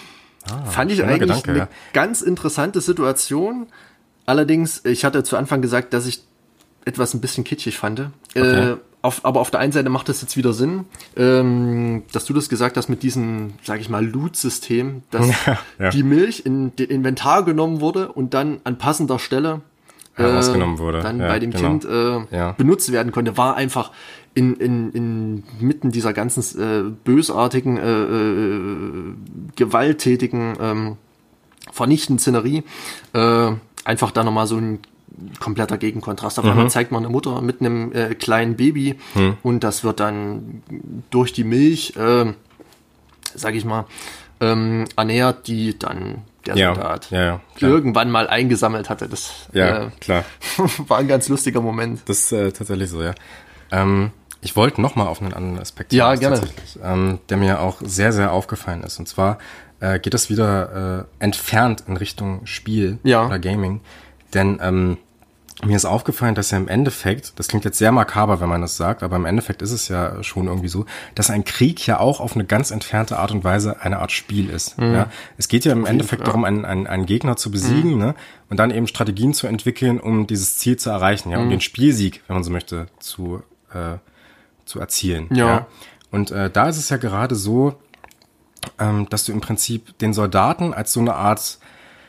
fand ich schöner eigentlich Gedanke, eine ja. ganz interessante Situation. Allerdings, ich hatte zu Anfang gesagt, dass ich etwas ein bisschen kitschig fand. Okay. Äh, auf, aber auf der einen Seite macht das jetzt wieder Sinn, ähm, dass du das gesagt hast mit diesem, sag ich mal, Loot-System, dass Ja, ja. die Milch in den Inventar genommen wurde und dann an passender Stelle äh, Herausgenommen wurde. dann Ja, bei dem genau. Kind äh, Ja. benutzt werden konnte, war einfach in, in, in mitten dieser ganzen äh, bösartigen, äh, äh, gewalttätigen, ähm, vernichtenden Szenerie äh, einfach da nochmal so ein kompletter Gegenkontrast. Auf Mhm. einmal zeigt man eine Mutter mit einem äh, kleinen Baby Mhm. und das wird dann durch die Milch, äh, sag ich mal, ähm, ernährt, die dann der Ja, Soldat ja, ja, klar. irgendwann mal eingesammelt hatte. Das Ja, äh, klar. war ein ganz lustiger Moment. Das ist äh, tatsächlich so, ja. Ähm, ich wollte noch mal auf einen anderen Aspekt Ja, hinaus, gerne. tatsächlich, ähm, der mir auch sehr, sehr aufgefallen ist. Und zwar äh, geht es wieder äh, entfernt in Richtung Spiel Ja. oder Gaming. Denn ähm, mir ist aufgefallen, dass ja im Endeffekt, das klingt jetzt sehr makaber, wenn man das sagt, aber im Endeffekt ist es ja schon irgendwie so, dass ein Krieg ja auch auf eine ganz entfernte Art und Weise eine Art Spiel ist. Mhm. Ja? Es geht ja im Endeffekt ja. darum, einen, einen, einen Gegner zu besiegen, Mhm. ne? Und dann eben Strategien zu entwickeln, um dieses Ziel zu erreichen, ja, um Mhm. den Spielsieg, wenn man so möchte, zu, äh, zu erzielen. Ja. Und äh, da ist es ja gerade so, ähm, dass du im Prinzip den Soldaten als so eine Art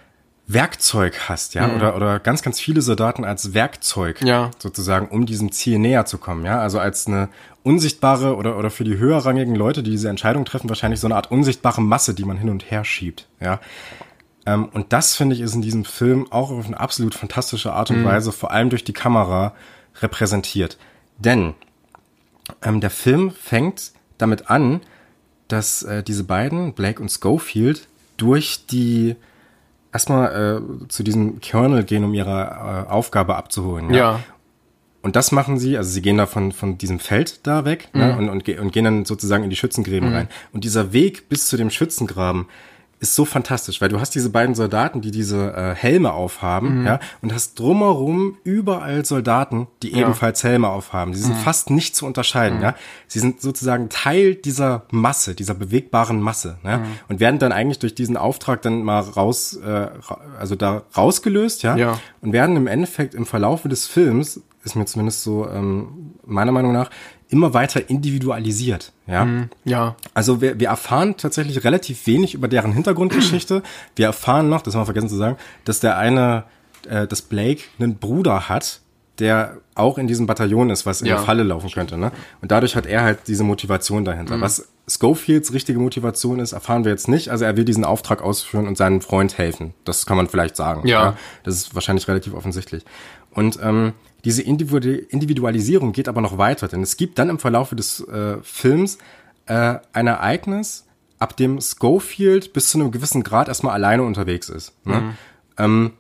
Werkzeug hast, ja, Mhm. oder oder ganz, ganz viele Soldaten als Werkzeug, Ja. sozusagen, um diesem Ziel näher zu kommen, ja, also als eine unsichtbare oder oder für die höherrangigen Leute, die diese Entscheidung treffen, wahrscheinlich so eine Art unsichtbare Masse, die man hin und her schiebt, ja. Ähm, und das, finde ich, ist in diesem Film auch auf eine absolut fantastische Art und Mhm. Weise, vor allem durch die Kamera, repräsentiert. Denn ähm, der Film fängt damit an, dass äh, diese beiden, Blake und Schofield, durch die erstmal äh, zu diesem Colonel gehen, um ihre äh, Aufgabe abzuholen. Ja. ja. Und das machen sie, also sie gehen da von, von diesem Feld da weg, mhm. ne, und, und, und gehen dann sozusagen in die Schützengräben mhm. rein. Und dieser Weg bis zu dem Schützengraben ist so fantastisch, weil du hast diese beiden Soldaten, die diese äh, Helme aufhaben, mhm. ja, und hast drumherum überall Soldaten, die ja. ebenfalls Helme aufhaben. Sie sind mhm. fast nicht zu unterscheiden, mhm. ja. Sie sind sozusagen Teil dieser Masse, dieser bewegbaren Masse, ja, mhm. und werden dann eigentlich durch diesen Auftrag dann mal raus, äh, also da rausgelöst, ja, ja, und werden im Endeffekt im Verlaufe des Films, ist mir zumindest so ähm, meiner Meinung nach, immer weiter individualisiert, ja. Mhm, ja. Also wir, wir erfahren tatsächlich relativ wenig über deren Hintergrundgeschichte. Wir erfahren noch, das haben wir vergessen zu sagen, dass der eine, äh, dass Blake einen Bruder hat, der auch in diesem Bataillon ist, was in ja. der Falle laufen könnte, ne? Und dadurch hat er halt diese Motivation dahinter. Mhm. Was Schofields richtige Motivation ist, erfahren wir jetzt nicht. Also er will diesen Auftrag ausführen und seinem Freund helfen. Das kann man vielleicht sagen. Ja. ja? Das ist wahrscheinlich relativ offensichtlich. Und ähm, diese Individualisierung geht aber noch weiter, denn es gibt dann im Verlauf des äh, Films äh, ein Ereignis, ab dem Schofield bis zu einem gewissen Grad erstmal alleine unterwegs ist. Ne? Mhm. Ähm,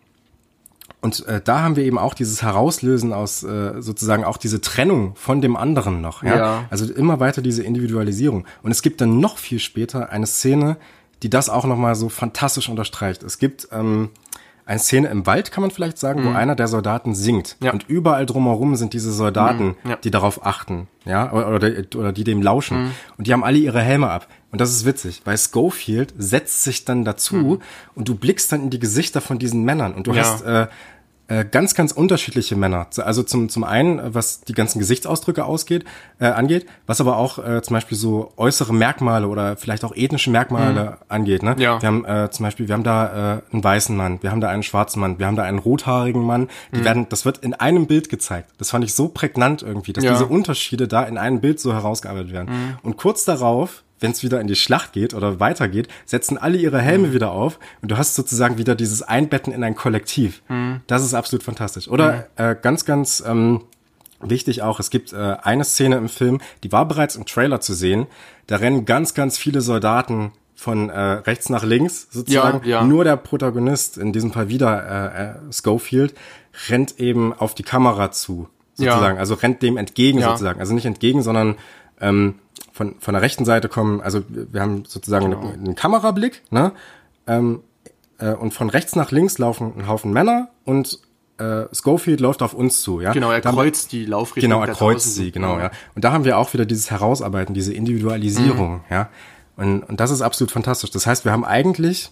und äh, da haben wir eben auch dieses Herauslösen aus äh, sozusagen auch diese Trennung von dem anderen noch. Ja? Ja. Also immer weiter diese Individualisierung. Und es gibt dann noch viel später eine Szene, die das auch nochmal so fantastisch unterstreicht. Es gibt ähm, eine Szene im Wald, kann man vielleicht sagen, mhm. wo einer der Soldaten singt. Ja. Und überall drumherum sind diese Soldaten, mhm. ja. die darauf achten, ja, oder, oder, oder die dem lauschen. Mhm. Und die haben alle ihre Helme ab. Und das ist witzig, weil Schofield setzt sich dann dazu mhm. und du blickst dann in die Gesichter von diesen Männern. Und du ja. hast äh, äh, ganz, ganz unterschiedliche Männer. Also zum zum einen, was die ganzen Gesichtsausdrücke ausgeht, äh, angeht, was aber auch äh, zum Beispiel so äußere Merkmale oder vielleicht auch ethnische Merkmale mhm. angeht. Ne? Ja. Wir haben äh, zum Beispiel, wir haben da äh, einen weißen Mann, wir haben da einen schwarzen Mann, wir haben da einen rothaarigen Mann. Die mhm. werden, das wird in einem Bild gezeigt. Das fand ich so prägnant irgendwie, dass ja. diese Unterschiede da in einem Bild so herausgearbeitet werden. Mhm. Und kurz darauf, wenn es wieder in die Schlacht geht oder weitergeht, setzen alle ihre Helme mhm. wieder auf und du hast sozusagen wieder dieses Einbetten in ein Kollektiv. Mhm. Das ist absolut fantastisch. Oder mhm. äh, ganz, ganz ähm, wichtig auch, es gibt äh, eine Szene im Film, die war bereits im Trailer zu sehen. Da rennen ganz, ganz viele Soldaten von äh, rechts nach links sozusagen. Ja, ja. Nur der Protagonist, in diesem Fall wieder äh, äh, Schofield, rennt eben auf die Kamera zu, sozusagen. Ja. Also rennt dem entgegen ja. sozusagen. Also nicht entgegen, sondern ähm, von von der rechten Seite kommen, also wir haben sozusagen genau. einen, einen Kamerablick, ne? Ähm, äh, und von rechts nach links laufen ein Haufen Männer und äh, Schofield läuft auf uns zu, ja. Genau, er da kreuzt die Laufrichtung. Genau, er kreuzt sie, genau, ja. ja. Und da haben wir auch wieder dieses Herausarbeiten, diese Individualisierung, mhm. ja. Und und das ist absolut fantastisch. Das heißt, wir haben eigentlich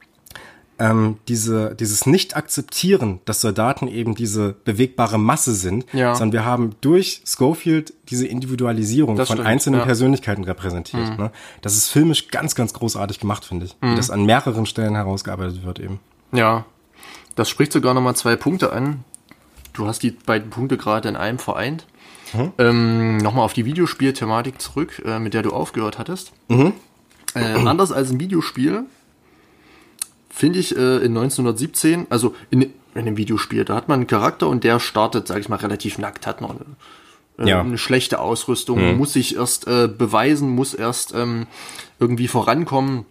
ähm, diese dieses Nicht-Akzeptieren, dass Soldaten eben diese bewegbare Masse sind, ja. sondern wir haben durch Schofield diese Individualisierung das von stimmt, einzelnen ja. Persönlichkeiten repräsentiert. Mhm. Ne? Das ist filmisch ganz, ganz großartig gemacht, finde ich. Mhm. Wie das an mehreren Stellen herausgearbeitet wird eben. Ja, das spricht sogar nochmal zwei Punkte an. Du hast die beiden Punkte gerade in einem vereint. Mhm. Ähm, nochmal auf die Videospielthematik zurück, äh, mit der du aufgehört hattest. Mhm. Äh, anders als ein Videospiel finde ich äh, in neunzehnhundertsiebzehn, also in, in einem Videospiel, da hat man einen Charakter und der startet, sag ich mal, relativ nackt, hat noch eine, äh, ja. eine schlechte Ausrüstung, mhm. muss sich erst äh, beweisen, muss erst ähm, irgendwie vorankommen,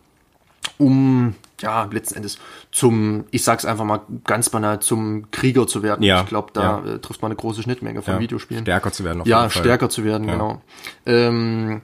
um, ja, letzten Endes zum, ich sag's einfach mal ganz banal, zum Krieger zu werden. Ja. Ich glaube, da ja. äh, trifft man eine große Schnittmenge von ja. Videospielen. Stärker zu werden auf Ja, jeden Fall. stärker zu werden, ja. genau. Ähm,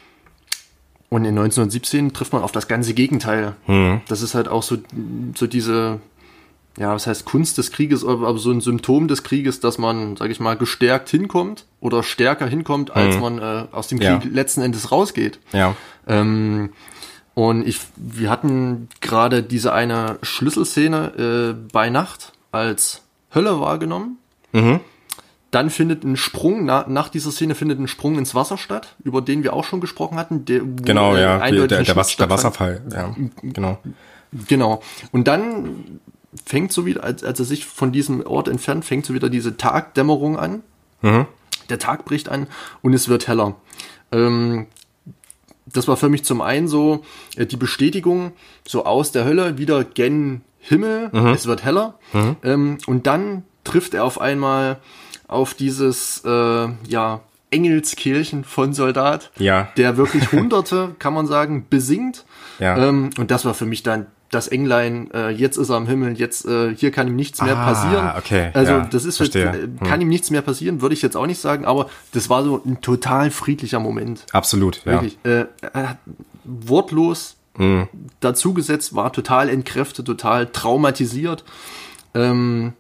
Und in neunzehnhundertsiebzehn trifft man auf das ganze Gegenteil. Mhm. Das ist halt auch so, so diese, ja, was heißt Kunst des Krieges, aber so ein Symptom des Krieges, dass man, sag ich mal, gestärkt hinkommt oder stärker hinkommt, als mhm. man äh, aus dem Krieg ja. letzten Endes rausgeht. Ja. Ähm, und ich, wir hatten gerade diese eine Schlüsselszene äh, bei Nacht als Hölle wahrgenommen. Mhm. Dann findet ein Sprung, na, nach dieser Szene findet ein Sprung ins Wasser statt, über den wir auch schon gesprochen hatten. Der, genau, äh, ja, der, der, der, Was, der Wasserfall. Ja, genau. Genau. Und dann fängt so wieder, als, als er sich von diesem Ort entfernt, fängt so wieder diese Tagdämmerung an. Mhm. Der Tag bricht an und es wird heller. Ähm, das war für mich zum einen so äh, die Bestätigung, so aus der Hölle wieder gen Himmel, mhm. es wird heller. Mhm. Ähm, und dann trifft er auf einmal auf dieses, äh, ja, Engelskehlchen von Soldat, Ja. der wirklich Hunderte, kann man sagen, besingt. Ja. Ähm, und das war für mich dann das Englein, äh, jetzt ist er am Himmel, jetzt äh, hier kann ihm nichts mehr Ah, passieren. okay, Also ja, das ist verstehe. äh, kann ihm nichts mehr passieren, würde ich jetzt auch nicht sagen, aber das war so ein total friedlicher Moment. Absolut, ja. Wirklich. Äh, er hat wortlos Mhm. dazugesetzt, war total entkräftet, total traumatisiert. Ähm,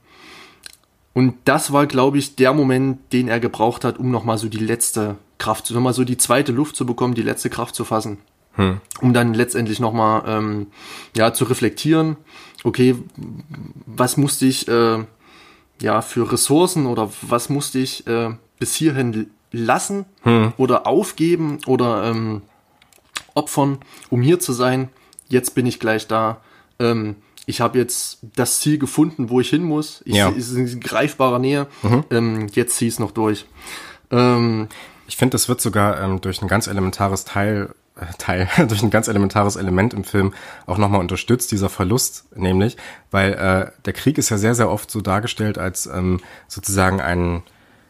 und das war, glaube ich, der Moment, den er gebraucht hat, um nochmal so die letzte Kraft, nochmal so die zweite Luft zu bekommen, die letzte Kraft zu fassen. Hm. Um dann letztendlich nochmal ähm, ja, zu reflektieren, okay, was musste ich äh, ja, für Ressourcen oder was musste ich äh, bis hierhin lassen Hm. oder aufgeben oder ähm, opfern, um hier zu sein. Jetzt bin ich gleich da. Ähm, ich habe jetzt das Ziel gefunden, wo ich hin muss. Ich, Ja. Es ist in greifbarer Nähe. Mhm. Ähm, jetzt zieh es noch durch. Ähm, Ich finde, das wird sogar ähm, durch ein ganz elementares Teil, äh, Teil, durch ein ganz elementares Element im Film auch nochmal unterstützt, dieser Verlust, nämlich, weil äh, der Krieg ist ja sehr, sehr oft so dargestellt als ähm, sozusagen ein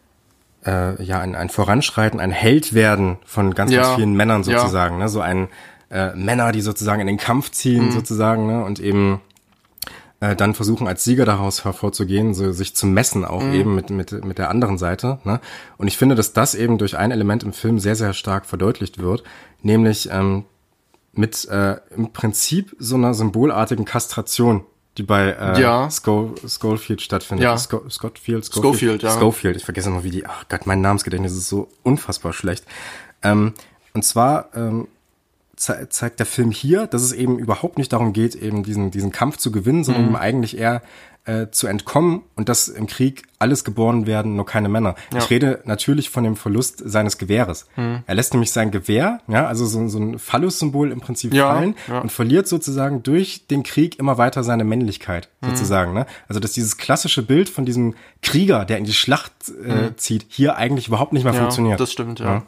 äh, ja, ein, ein Voranschreiten, ein Held werden von ganz, Ja. ganz vielen Männern Ja. sozusagen, ne? So ein äh, Männer, die sozusagen in den Kampf ziehen Mhm. sozusagen, ne? Und eben äh, dann versuchen als Sieger daraus hervorzugehen, so sich zu messen auch Mhm. eben mit mit mit der anderen Seite, ne? Und ich finde, dass das eben durch ein Element im Film sehr sehr stark verdeutlicht wird, nämlich ähm, mit äh, im Prinzip so einer symbolartigen Kastration, die bei äh, Ja. Scho- Schofield stattfindet. Ja. Sco- Scofield, Schofield, ja. Schofield, ich vergesse immer wie die, ach Gott, mein Namensgedächtnis ist so unfassbar schlecht. Ähm, und zwar ähm, ze- zeigt der Film hier, dass es eben überhaupt nicht darum geht, eben diesen diesen Kampf zu gewinnen, sondern Mhm. eben eigentlich eher äh, zu entkommen und dass im Krieg alles geboren werden, nur keine Männer. Ja. Ich rede natürlich von dem Verlust seines Gewehres. Mhm. Er lässt nämlich sein Gewehr, ja, also so, so ein Phallus-Symbol im Prinzip Ja, fallen ja. und verliert sozusagen durch den Krieg immer weiter seine Männlichkeit, Mhm. sozusagen. Ne? Also dass dieses klassische Bild von diesem Krieger, der in die Schlacht äh, zieht, hier eigentlich überhaupt nicht mehr ja, funktioniert. das stimmt, ja. Ja.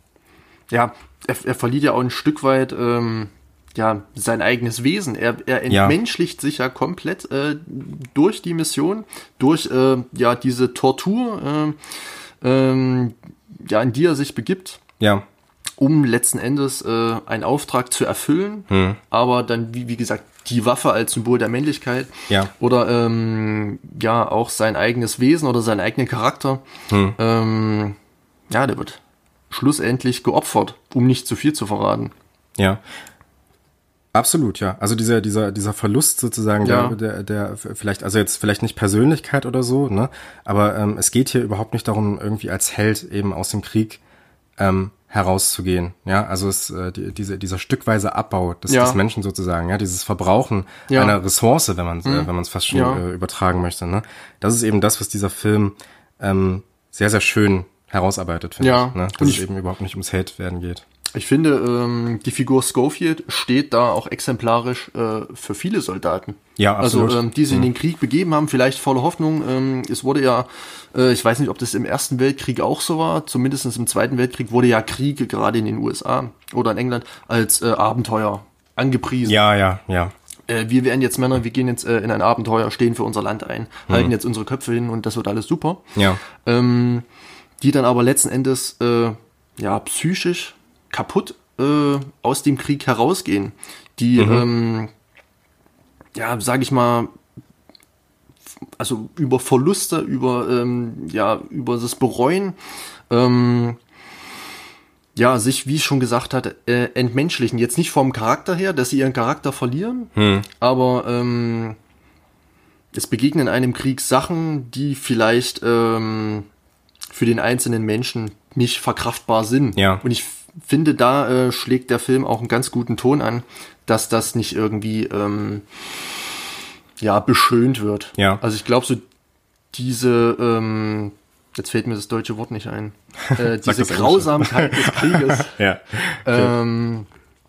Ja, er, er verliert ja auch ein Stück weit ähm, ja, sein eigenes Wesen. Er, er Ja. entmenschlicht sich ja komplett äh, durch die Mission, durch äh, ja diese Tortur, äh, ähm, ja, in die er sich begibt, Ja. um letzten Endes äh, einen Auftrag zu erfüllen, Hm. aber dann, wie, wie gesagt, die Waffe als Symbol der Männlichkeit Ja. oder ähm, ja auch sein eigenes Wesen oder seinen eigenen Charakter, Hm. ähm, ja, der wird schlussendlich geopfert, um nicht zu viel zu verraten. Ja. Absolut, ja. Also dieser, dieser, dieser Verlust sozusagen, Ja. der, der, der, vielleicht, also jetzt vielleicht nicht Persönlichkeit oder so, ne, aber ähm, es geht hier überhaupt nicht darum, irgendwie als Held eben aus dem Krieg ähm, herauszugehen, ja. Also es, äh, die, diese, dieser stückweise Abbau des, Ja. des Menschen sozusagen, ja, dieses Verbrauchen Ja. einer Ressource, wenn man es, äh, Mhm. wenn man es fast schon Ja. äh, übertragen möchte, ne. Das ist eben das, was dieser Film ähm, sehr, sehr schön herausarbeitet, finde Ja. ich, ne? Dass Und es ich- eben überhaupt nicht ums Held werden geht. Ich finde, ähm, die Figur Schofield steht da auch exemplarisch äh, für viele Soldaten. Ja, absolut. Also, ähm, die sich in den Krieg begeben haben, vielleicht voller Hoffnung. Ähm, es wurde ja, äh, ich weiß nicht, ob das im Ersten Weltkrieg auch so war, zumindest im Zweiten Weltkrieg wurde ja Krieg gerade in den U S A oder in England als äh, Abenteuer angepriesen. Ja, ja, ja. Äh, wir wären jetzt Männer, wir gehen jetzt äh, in ein Abenteuer, stehen für unser Land ein, Mhm. halten jetzt unsere Köpfe hin und das wird alles super. Ja. Ähm, die dann aber letzten Endes äh, ja psychisch kaputt äh, aus dem Krieg herausgehen, die ähm, ja, sag ich mal, also über Verluste, über ähm, ja über das Bereuen, ähm, ja sich, wie ich schon gesagt hatte, äh, entmenschlichen. Jetzt nicht vom Charakter her, dass sie ihren Charakter verlieren, Hm. aber ähm, es begegnen einem Krieg Sachen, die vielleicht ähm, für den einzelnen Menschen nicht verkraftbar sind. Ja. Und ich f- finde, da äh, schlägt der Film auch einen ganz guten Ton an, dass das nicht irgendwie ähm, ja beschönt wird. Ja. Also ich glaube so diese ähm, jetzt fällt mir das deutsche Wort nicht ein. Äh, diese das Englische. Grausamkeit des Krieges. Ja. ähm,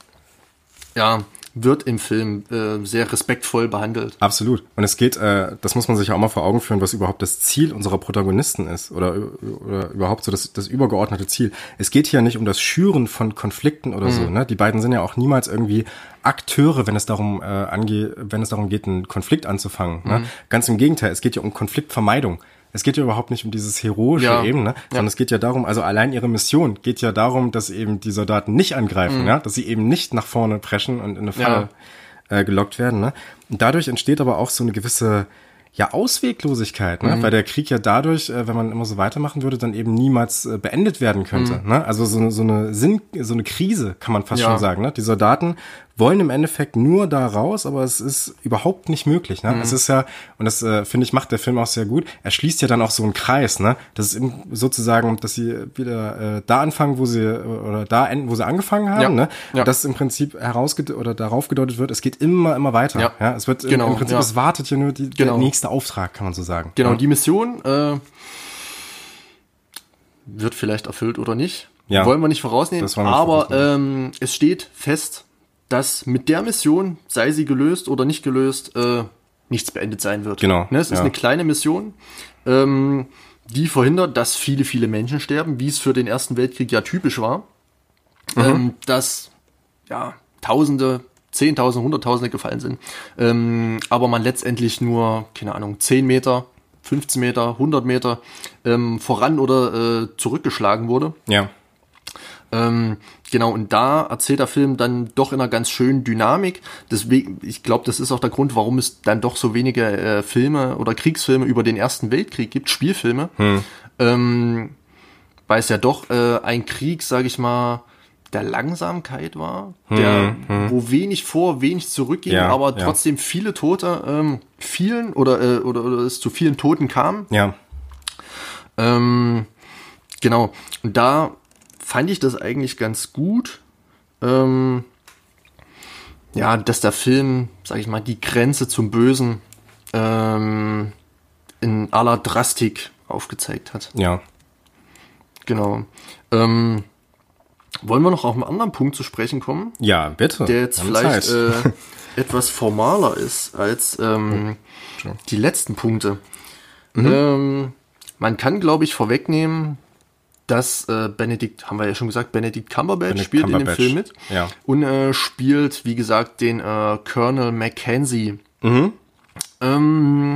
ja, wird im Film äh, sehr respektvoll behandelt. Absolut. Und es geht, äh, das muss man sich auch mal vor Augen führen, was überhaupt das Ziel unserer Protagonisten ist oder, oder überhaupt so das, das übergeordnete Ziel. Es geht hier nicht um das Schüren von Konflikten oder so. Ne? Die beiden sind ja auch niemals irgendwie Akteure, wenn es darum äh, angeht, wenn es darum geht, einen Konflikt anzufangen. Ne? Ganz im Gegenteil, es geht ja um Konfliktvermeidung. es geht ja überhaupt nicht um dieses Heroische Ja. eben, ne? Ja. Sondern es geht ja darum, also allein ihre Mission geht ja darum, dass eben die Soldaten nicht angreifen, Mhm. ja? Dass sie eben nicht nach vorne preschen und in eine Falle äh, gelockt werden, ne? Und dadurch entsteht aber auch so eine gewisse ja, Ausweglosigkeit, ne? Mhm. Weil der Krieg ja dadurch, äh, wenn man immer so weitermachen würde, dann eben niemals äh, beendet werden könnte, Mhm. ne? Also so eine, so eine Sinn, so eine Krise, kann man fast Ja. schon sagen, ne? Die Soldaten wollen im Endeffekt nur da raus, aber es ist überhaupt nicht möglich, ne? Mhm. Es ist ja, und das, äh, finde ich, macht der Film auch sehr gut, er schließt ja dann auch so einen Kreis, ne? Das ist eben sozusagen, dass sie wieder äh, da anfangen, wo sie, oder da enden, wo sie angefangen haben, Ja. ne? Ja. Dass im Prinzip herausge oder darauf gedeutet wird, es geht immer, immer weiter, Ja. ja? Es wird im- Genau, im Prinzip, ja. es wartet ja nur die, Genau. der nächste Auftrag, kann man so sagen. Genau, ja? die Mission äh, wird vielleicht erfüllt oder nicht. Ja. Wollen wir nicht vorausnehmen. Das wollen wir nicht aber vorausnehmen. ähm, es steht fest, dass mit der Mission, sei sie gelöst oder nicht gelöst, äh, nichts beendet sein wird. Genau, Ne, es ist ja. eine kleine Mission, ähm, die verhindert, dass viele, viele Menschen sterben, wie es für den Ersten Weltkrieg ja typisch war. Mhm. Ähm, dass ja Tausende, Zehntausende, Hunderttausende gefallen sind. Ähm, aber man letztendlich nur, keine Ahnung, zehn Meter, fünfzehn Meter, hundert Meter ähm, voran oder äh, zurückgeschlagen wurde. Ja. Ähm, genau, und da erzählt der Film dann doch in einer ganz schönen Dynamik. Deswegen, ich glaube, das ist auch der Grund, warum es dann doch so wenige äh, Filme oder Kriegsfilme über den Ersten Weltkrieg gibt, Spielfilme. Hm. Ähm, weil es ja doch äh, ein Krieg, sage ich mal, der Langsamkeit war, der, hm. wo wenig vor, wenig zurückging, Ja, aber ja. trotzdem viele Tote ähm, fielen oder, äh, oder, oder es zu vielen Toten kam. Ja. Ähm, genau. Und da fand ich das eigentlich ganz gut, ähm, ja, dass der Film, sag ich mal, die Grenze zum Bösen ähm, in aller Drastik aufgezeigt hat. Ja. Genau. Ähm, wollen wir noch auf einen anderen Punkt zu sprechen kommen, Ja, bitte. der jetzt Wir haben vielleicht Zeit. äh, etwas formaler ist als ähm, Sure. die letzten Punkte. Ähm, man kann, glaube ich, vorwegnehmen, dass äh, Benedict, haben wir ja schon gesagt, Benedict Cumberbatch Benedict spielt Cumberbatch. in dem Film mit. Ja. Und äh, spielt, wie gesagt, den äh, Colonel Mackenzie. Mhm. Ähm,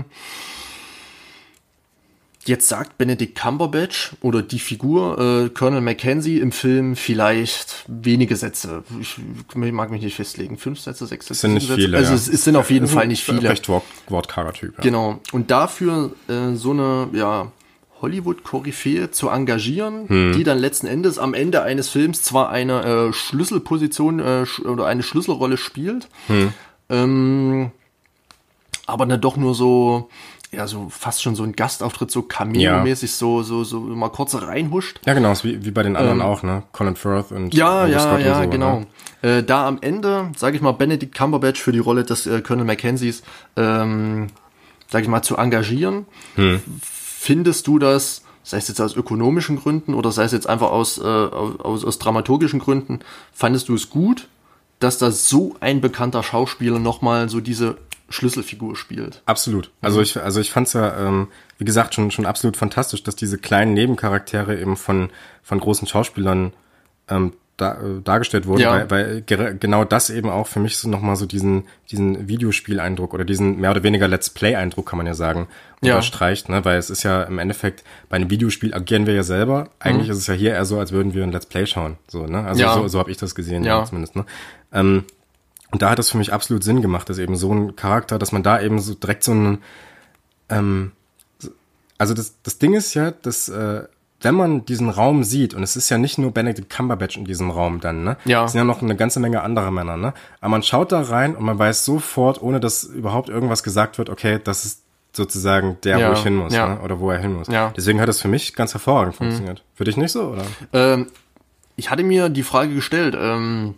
jetzt sagt Benedict Cumberbatch oder die Figur äh, Colonel Mackenzie im Film vielleicht wenige Sätze. Ich mag mich nicht festlegen. Fünf Sätze, sechs Sätze? Es sind nicht sieben Sätze? viele, Also ja. es, es sind auf jeden Ist Fall ein nicht viele. Recht Wort Wortkarger-Typ. Ja. Genau. Und dafür äh, so eine, ja, Hollywood-Koryphäe zu engagieren, Hm. die dann letzten Endes am Ende eines Films zwar eine äh, Schlüsselposition äh, sch oder eine Schlüsselrolle spielt, Hm. ähm, aber dann doch nur so, ja, so fast schon so ein Gastauftritt, so Cameo-mäßig, so, so, so mal kurz reinhuscht. Ja, genau, ist wie, wie bei den anderen Ähm, auch, ne? Colin Firth und Ja, Andrew ja, Scott und ja, so, genau. Ne? Äh, da am Ende, sage ich mal, Benedict Cumberbatch für die Rolle des äh, Colonel Mackenzies, ähm, sage ich mal, zu engagieren. Hm. Findest du das, sei es jetzt aus ökonomischen Gründen oder sei es jetzt einfach aus, äh, aus, aus dramaturgischen Gründen, fandest du es gut, dass da so ein bekannter Schauspieler nochmal so diese Schlüsselfigur spielt? Absolut. Also ich, also ich fand's ja, ähm, wie gesagt, schon schon absolut fantastisch, dass diese kleinen Nebencharaktere eben von von großen Schauspielern ähm, da, äh, dargestellt wurden, Ja. weil, weil ger- genau das eben auch für mich so nochmal so diesen diesen Videospieleindruck oder diesen mehr oder weniger Let's Play-Eindruck, kann man ja sagen, Ja. unterstreicht, ne? Weil es ist ja im Endeffekt, bei einem Videospiel agieren wir ja selber. Eigentlich ist es ja hier eher so, als würden wir ein Let's Play schauen. So, ne? Also Ja. so, so habe ich das gesehen, Ja. ja. zumindest. Ne? Ähm, Und da hat es für mich absolut Sinn gemacht, dass eben so ein Charakter, dass man da eben so direkt so einen, ähm, so- also das, das Ding ist ja, dass, äh, wenn man diesen Raum sieht, und es ist ja nicht nur Benedict Cumberbatch in diesem Raum dann, ne? Ja. Es sind ja noch eine ganze Menge anderer Männer, ne? Aber man schaut da rein und man weiß sofort, ohne dass überhaupt irgendwas gesagt wird, okay, das ist sozusagen der, Ja, wo ich hin muss, ja. ne? Oder wo er hin muss. Ja. Deswegen hat es für mich ganz hervorragend funktioniert. Für dich nicht so, oder? Ähm, ich hatte mir die Frage gestellt, ähm,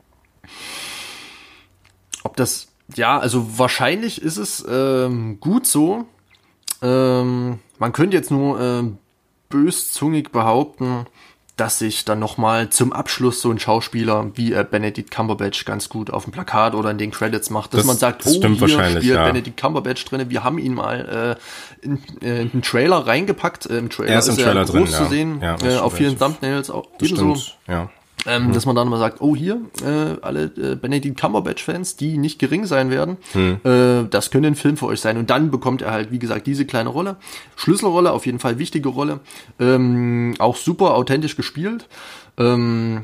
ob das, ja, also wahrscheinlich ist es ähm, gut so. Ähm, man könnte jetzt nur ähm, böszungig behaupten, dass sich dann nochmal zum Abschluss so ein Schauspieler wie äh, Benedict Cumberbatch ganz gut auf dem Plakat oder in den Credits macht, dass Das- man sagt, das oh, stimmt hier wahrscheinlich, spielt ja. Benedict Cumberbatch drin, wir haben ihn mal äh, in, äh, in den Trailer reingepackt. Äh, Im Trailer Er ist im Trailer groß drin, zu ja. sehen, Ja, das äh, stimmt, auf vielen ja. Thumbnails auch Das ebenso. stimmt, ja. Ähm, mhm. Dass man dann mal sagt, oh hier, äh, alle äh, Benedict Cumberbatch-Fans, die nicht gering sein werden, mhm. äh, das könnte ein Film für euch sein. Und dann bekommt er halt, wie gesagt, diese kleine Rolle. Schlüsselrolle, auf jeden Fall wichtige Rolle. Ähm, auch super authentisch gespielt. Ähm,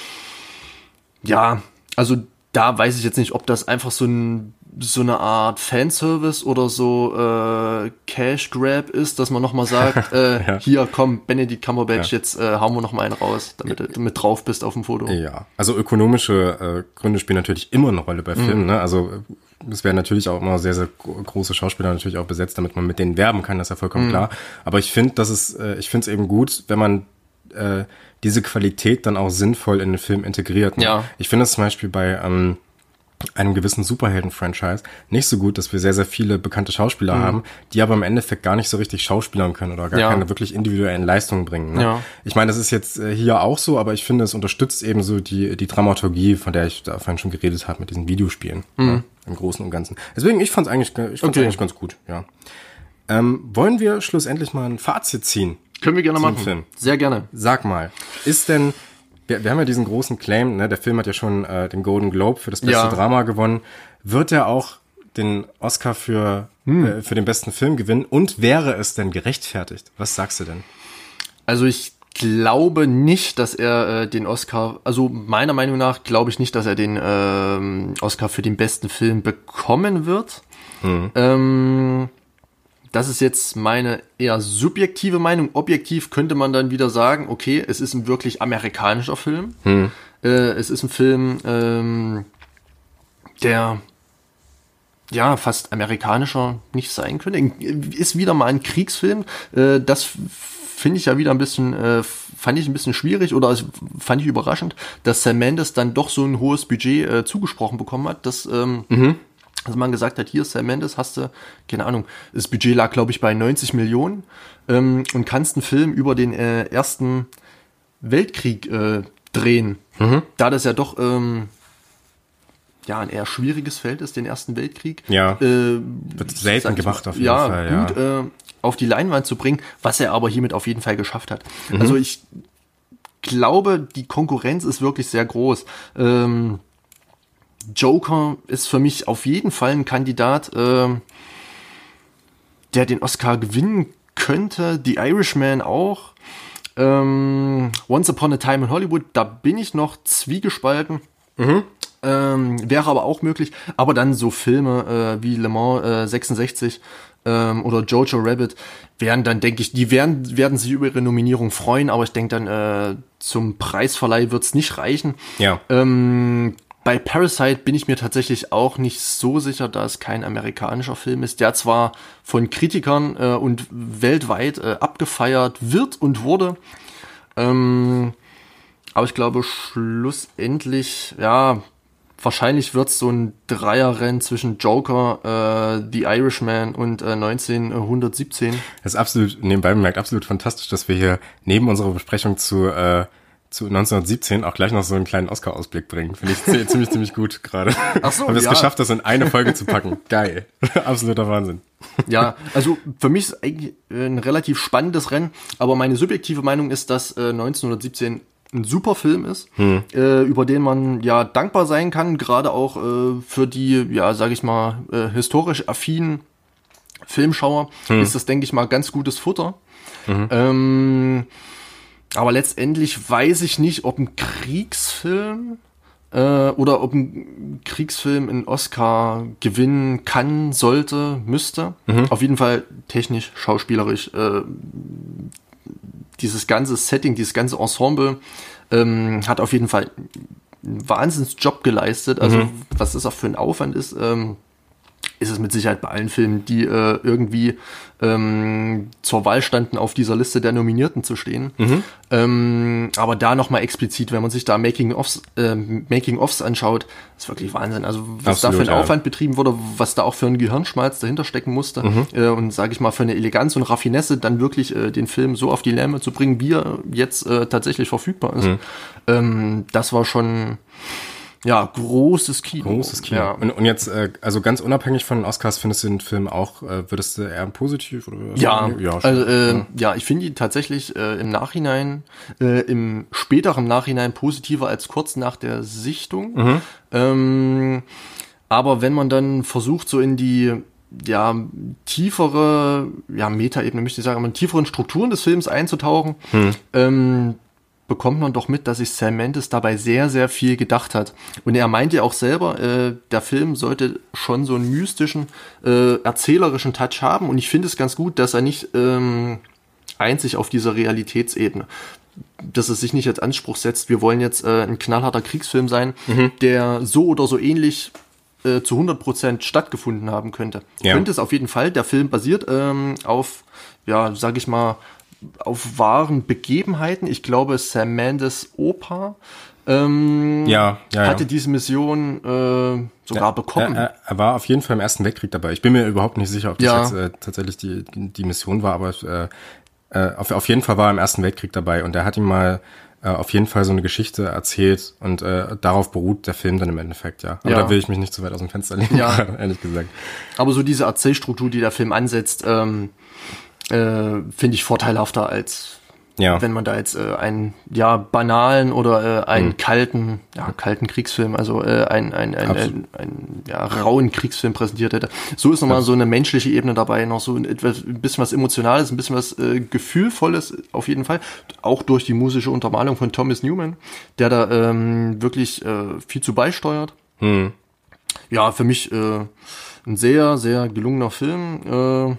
ja, also da weiß ich jetzt nicht, ob das einfach so ein so eine Art Fanservice oder so äh, Cash Grab ist, dass man nochmal sagt, äh, ja. hier, komm, Benedict Cumberbatch, ja. jetzt äh, hauen wir nochmal einen raus, damit du mit drauf bist auf dem Foto. Ja, also ökonomische äh, Gründe spielen natürlich immer eine Rolle bei Filmen, mhm. ne? Also es werden natürlich auch immer sehr, sehr große Schauspieler natürlich auch besetzt, damit man mit denen werben kann, das ist ja vollkommen mhm. klar. Aber ich finde, dass es, äh, ich finde es eben gut, wenn man äh, diese Qualität dann auch sinnvoll in den Film integriert. Ne? Ja. Ich finde es zum Beispiel bei ähm, einem gewissen Superhelden-Franchise nicht so gut, dass wir sehr, sehr viele bekannte Schauspieler mhm. haben, die aber im Endeffekt gar nicht so richtig schauspielern können oder gar ja. keine wirklich individuellen Leistungen bringen. Ne? Ja. Ich meine, das ist jetzt äh, hier auch so, aber ich finde, es unterstützt eben so die die Dramaturgie, von der ich da vorhin schon geredet habe, mit diesen Videospielen, mhm. ne? Im Großen und Ganzen. Deswegen, ich fand's eigentlich, ich fand's okay. eigentlich ganz gut, ja. Ähm, wollen wir schlussendlich mal ein Fazit ziehen? Können wir gerne machen. Film? Sehr gerne. Sag mal, ist denn Wir, wir haben ja diesen großen Claim, ne? Der Film hat ja schon äh, den Golden Globe für das beste ja. Drama gewonnen. Wird er auch den Oscar für, hm. äh, für den besten Film gewinnen? Und wäre es denn gerechtfertigt? Was sagst du denn? Also ich glaube nicht, dass er äh, den Oscar, also meiner Meinung nach glaube ich nicht, dass er den ähm, Oscar für den besten Film bekommen wird. Hm. Ähm, Das ist jetzt meine eher subjektive Meinung. Objektiv könnte man dann wieder sagen, okay, es ist ein wirklich amerikanischer Film. Hm. Äh, es ist ein Film, ähm, der ja fast amerikanischer nicht sein könnte. Ist wieder mal ein Kriegsfilm. Äh, das finde ich ja wieder ein bisschen, äh, fand ich ein bisschen schwierig oder fand ich überraschend, dass Sam Mendes dann doch so ein hohes Budget äh, zugesprochen bekommen hat. Das ähm, mhm. Also man gesagt hat, hier Sam Mendes, hast du, keine Ahnung, das Budget lag, glaube ich, bei neunzig Millionen ähm, und kannst einen Film über den äh, Ersten Weltkrieg äh, drehen. Mhm. Da das ja doch ähm, ja ein eher schwieriges Feld ist, den Ersten Weltkrieg. Ja, äh, wird selten gemacht mal, auf jeden ja, Fall. Gut, ja, gut äh, auf die Leinwand zu bringen, was er aber hiermit auf jeden Fall geschafft hat. Mhm. Also ich glaube, die Konkurrenz ist wirklich sehr groß. Ähm, Joker ist für mich auf jeden Fall ein Kandidat, äh, der den Oscar gewinnen könnte. The Irishman auch. Ähm, Once Upon a Time in Hollywood, da bin ich noch zwiegespalten. Mhm. Ähm, wäre aber auch möglich. Aber dann so Filme äh, wie Le Mans äh, sechsundsechzig ähm, oder Jojo Rabbit werden dann, denke ich, die werden, werden sich über ihre Nominierung freuen. Aber ich denke dann, äh, zum Preisverleih wird's nicht reichen. Ja. Ähm, Bei Parasite bin ich mir tatsächlich auch nicht so sicher, da es kein amerikanischer Film ist, der zwar von Kritikern äh, und weltweit äh, abgefeiert wird und wurde, ähm, aber ich glaube schlussendlich, ja, wahrscheinlich wird es so ein Dreierrennen zwischen Joker, äh, The Irishman und äh, neunzehnhundertsiebzehn. Das ist absolut, nebenbei bemerkt, absolut fantastisch, dass wir hier neben unserer Besprechung zu äh, zu neunzehnhundertsiebzehn auch gleich noch so einen kleinen Oscar-Ausblick bringen. Finde ich ziemlich, ziemlich gut gerade. Ach so, haben wir es ja. geschafft, das in eine Folge zu packen. Geil. Absoluter Wahnsinn. Ja, also für mich ist eigentlich ein relativ spannendes Rennen, aber meine subjektive Meinung ist, dass äh, neunzehnhundertsiebzehn ein super Film ist, hm. äh, über den man ja dankbar sein kann, gerade auch äh, für die, ja, sag ich mal, äh, historisch affinen Filmschauer hm. ist das, denke ich mal, ganz gutes Futter. Mhm. Ähm, Aber letztendlich weiß ich nicht, ob ein Kriegsfilm äh, oder ob ein Kriegsfilm einen Oscar gewinnen kann, sollte, müsste. Mhm. Auf jeden Fall technisch, schauspielerisch. Äh, dieses ganze Setting, dieses ganze Ensemble ähm, hat auf jeden Fall einen Wahnsinnsjob geleistet. Also mhm. was das auch für ein Aufwand ist, ähm, ist es mit Sicherheit bei allen Filmen, die äh, irgendwie ähm, zur Wahl standen, auf dieser Liste der Nominierten zu stehen. Mhm. Ähm, aber da nochmal explizit, wenn man sich da Making-ofs äh, Making-ofs anschaut, ist wirklich Wahnsinn. Also was Absolut, da für ein ja. Aufwand betrieben wurde, was da auch für ein Gehirnschmalz dahinter stecken musste mhm. äh, und sage ich mal für eine Eleganz und Raffinesse dann wirklich äh, den Film so auf die Lähme zu bringen, wie er jetzt äh, tatsächlich verfügbar ist. Mhm. Ähm, das war schon... ja, großes Kino. Großes Kino. Ja. Und, und jetzt, äh, also ganz unabhängig von den Oscars, findest du den Film auch, äh, würdest du eher positiv? Oder Ja, ja, also äh, ja. ja, ich finde ihn tatsächlich äh, im Nachhinein, äh, im späteren Nachhinein positiver als kurz nach der Sichtung. Mhm. Ähm, aber wenn man dann versucht, so in die ja tiefere, ja Metaebene möchte ich sagen, aber in tieferen Strukturen des Films einzutauchen, Hm. ähm, bekommt man doch mit, dass sich Sam Mendes dabei sehr, sehr viel gedacht hat. Und er meinte ja auch selber, äh, der Film sollte schon so einen mystischen, äh, erzählerischen Touch haben. Und ich finde es ganz gut, dass er nicht ähm, einzig auf dieser Realitätsebene, dass es sich nicht als Anspruch setzt, wir wollen jetzt äh, ein knallharter Kriegsfilm sein, Mhm. der so oder so ähnlich äh, zu hundert Prozent stattgefunden haben könnte. Ja. Könnte es auf jeden Fall. Der Film basiert ähm, auf, ja, sag ich mal, auf wahren Begebenheiten. Ich glaube, Sam Mendes Opa ähm, Ja, ja, hatte ja. diese Mission äh, sogar bekommen. Er, er, er war auf jeden Fall im Ersten Weltkrieg dabei. Ich bin mir überhaupt nicht sicher, ob das Ja. jetzt äh, tatsächlich die, die Mission war, aber äh, äh, auf, auf jeden Fall war er im Ersten Weltkrieg dabei und er hat ihm mal äh, auf jeden Fall so eine Geschichte erzählt und äh, darauf beruht der Film dann im Endeffekt, ja. Aber Ja. da will ich mich nicht zu weit aus dem Fenster lehnen, Ja. ehrlich gesagt. Aber so diese Erzählstruktur, die der Film ansetzt, ähm, äh, finde ich vorteilhafter, als Ja. wenn man da jetzt äh, einen ja banalen oder äh, einen Hm. kalten, ja kalten Kriegsfilm, also äh, einen ein, ein, Absolut. ein, ein ja, rauen Kriegsfilm präsentiert hätte. So ist nochmal so eine menschliche Ebene dabei, noch so ein, etwas, ein bisschen was Emotionales, ein bisschen was äh, Gefühlvolles auf jeden Fall. Auch durch die musische Untermalung von Thomas Newman, der da ähm, wirklich äh, viel zu beisteuert. Hm. Ja, für mich äh, ein sehr, sehr gelungener Film. Äh,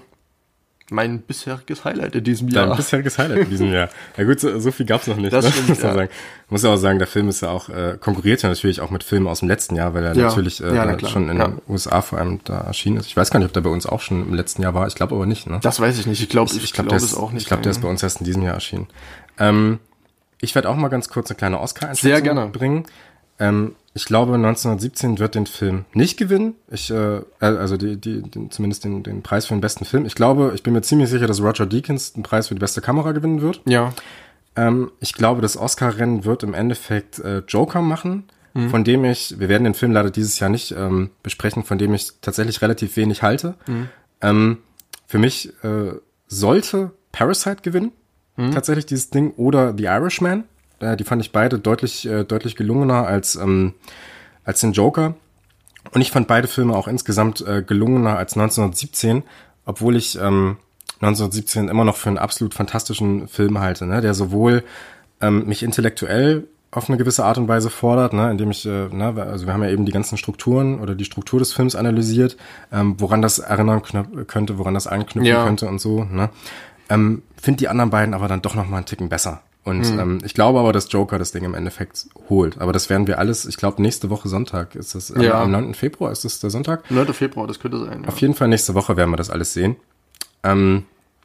mein bisheriges Highlight in diesem Jahr. Dein bisheriges Highlight in diesem Jahr. Ja gut, so, so viel gab's noch nicht. Das ne? stimmt, muss man ja. sagen. Muss ja auch sagen, der Film ist ja auch, äh, konkurriert ja natürlich auch mit Filmen aus dem letzten Jahr, weil er Ja. natürlich äh, Ja, na da klar. schon in Ja. den U S A vor allem da erschienen ist. Ich weiß gar nicht, ob der bei uns auch schon im letzten Jahr war. Ich glaube aber nicht, ne? Das weiß ich nicht. Ich glaube, Ich, ich, ich glaube, glaube der, es ist- auch nicht. ich glaub, der ist bei uns erst in diesem Jahr erschienen. Ähm, ich werde auch mal ganz kurz eine kleine Oscar-Einschätzung Sehr gerne. bringen. Ähm, ich glaube, neunzehnhundertsiebzehn wird den Film nicht gewinnen. Ich, äh, also die, die, den, zumindest den, den Preis für den besten Film. Ich glaube, ich bin mir ziemlich sicher, dass Roger Deakins den Preis für die beste Kamera gewinnen wird. Ja. Ähm, ich glaube, das Oscar-Rennen wird im Endeffekt äh, Joker machen, von dem ich, wir werden den Film leider dieses Jahr nicht ähm, besprechen, von dem ich tatsächlich relativ wenig halte. Ähm, für mich äh, sollte Parasite gewinnen, tatsächlich dieses Ding, oder The Irishman. Äh, die fand ich beide deutlich, äh, deutlich gelungener als, ähm, als den Joker. Und ich fand beide Filme auch insgesamt äh, gelungener als neunzehnhundertsiebzehn, obwohl ich ähm, neunzehnhundertsiebzehn immer noch für einen absolut fantastischen Film halte, ne? Der sowohl ähm, mich intellektuell auf eine gewisse Art und Weise fordert, ne, indem ich, äh, ne, also wir haben ja eben die ganzen Strukturen oder die Struktur des Films analysiert, ähm, woran das erinnern knö- könnte, woran das anknüpfen Ja. könnte und so, ne. Ähm, finde die anderen beiden aber dann doch noch mal einen Ticken besser. Und ähm, ich glaube aber, dass Joker das Ding im Endeffekt holt. Aber das werden wir alles, ich glaube, nächste Woche Sonntag ist das, äh, Ja. am neunten Februar ist das der Sonntag. neunten Februar, das könnte sein. Ja. Auf jeden Fall nächste Woche werden wir das alles sehen. Ähm,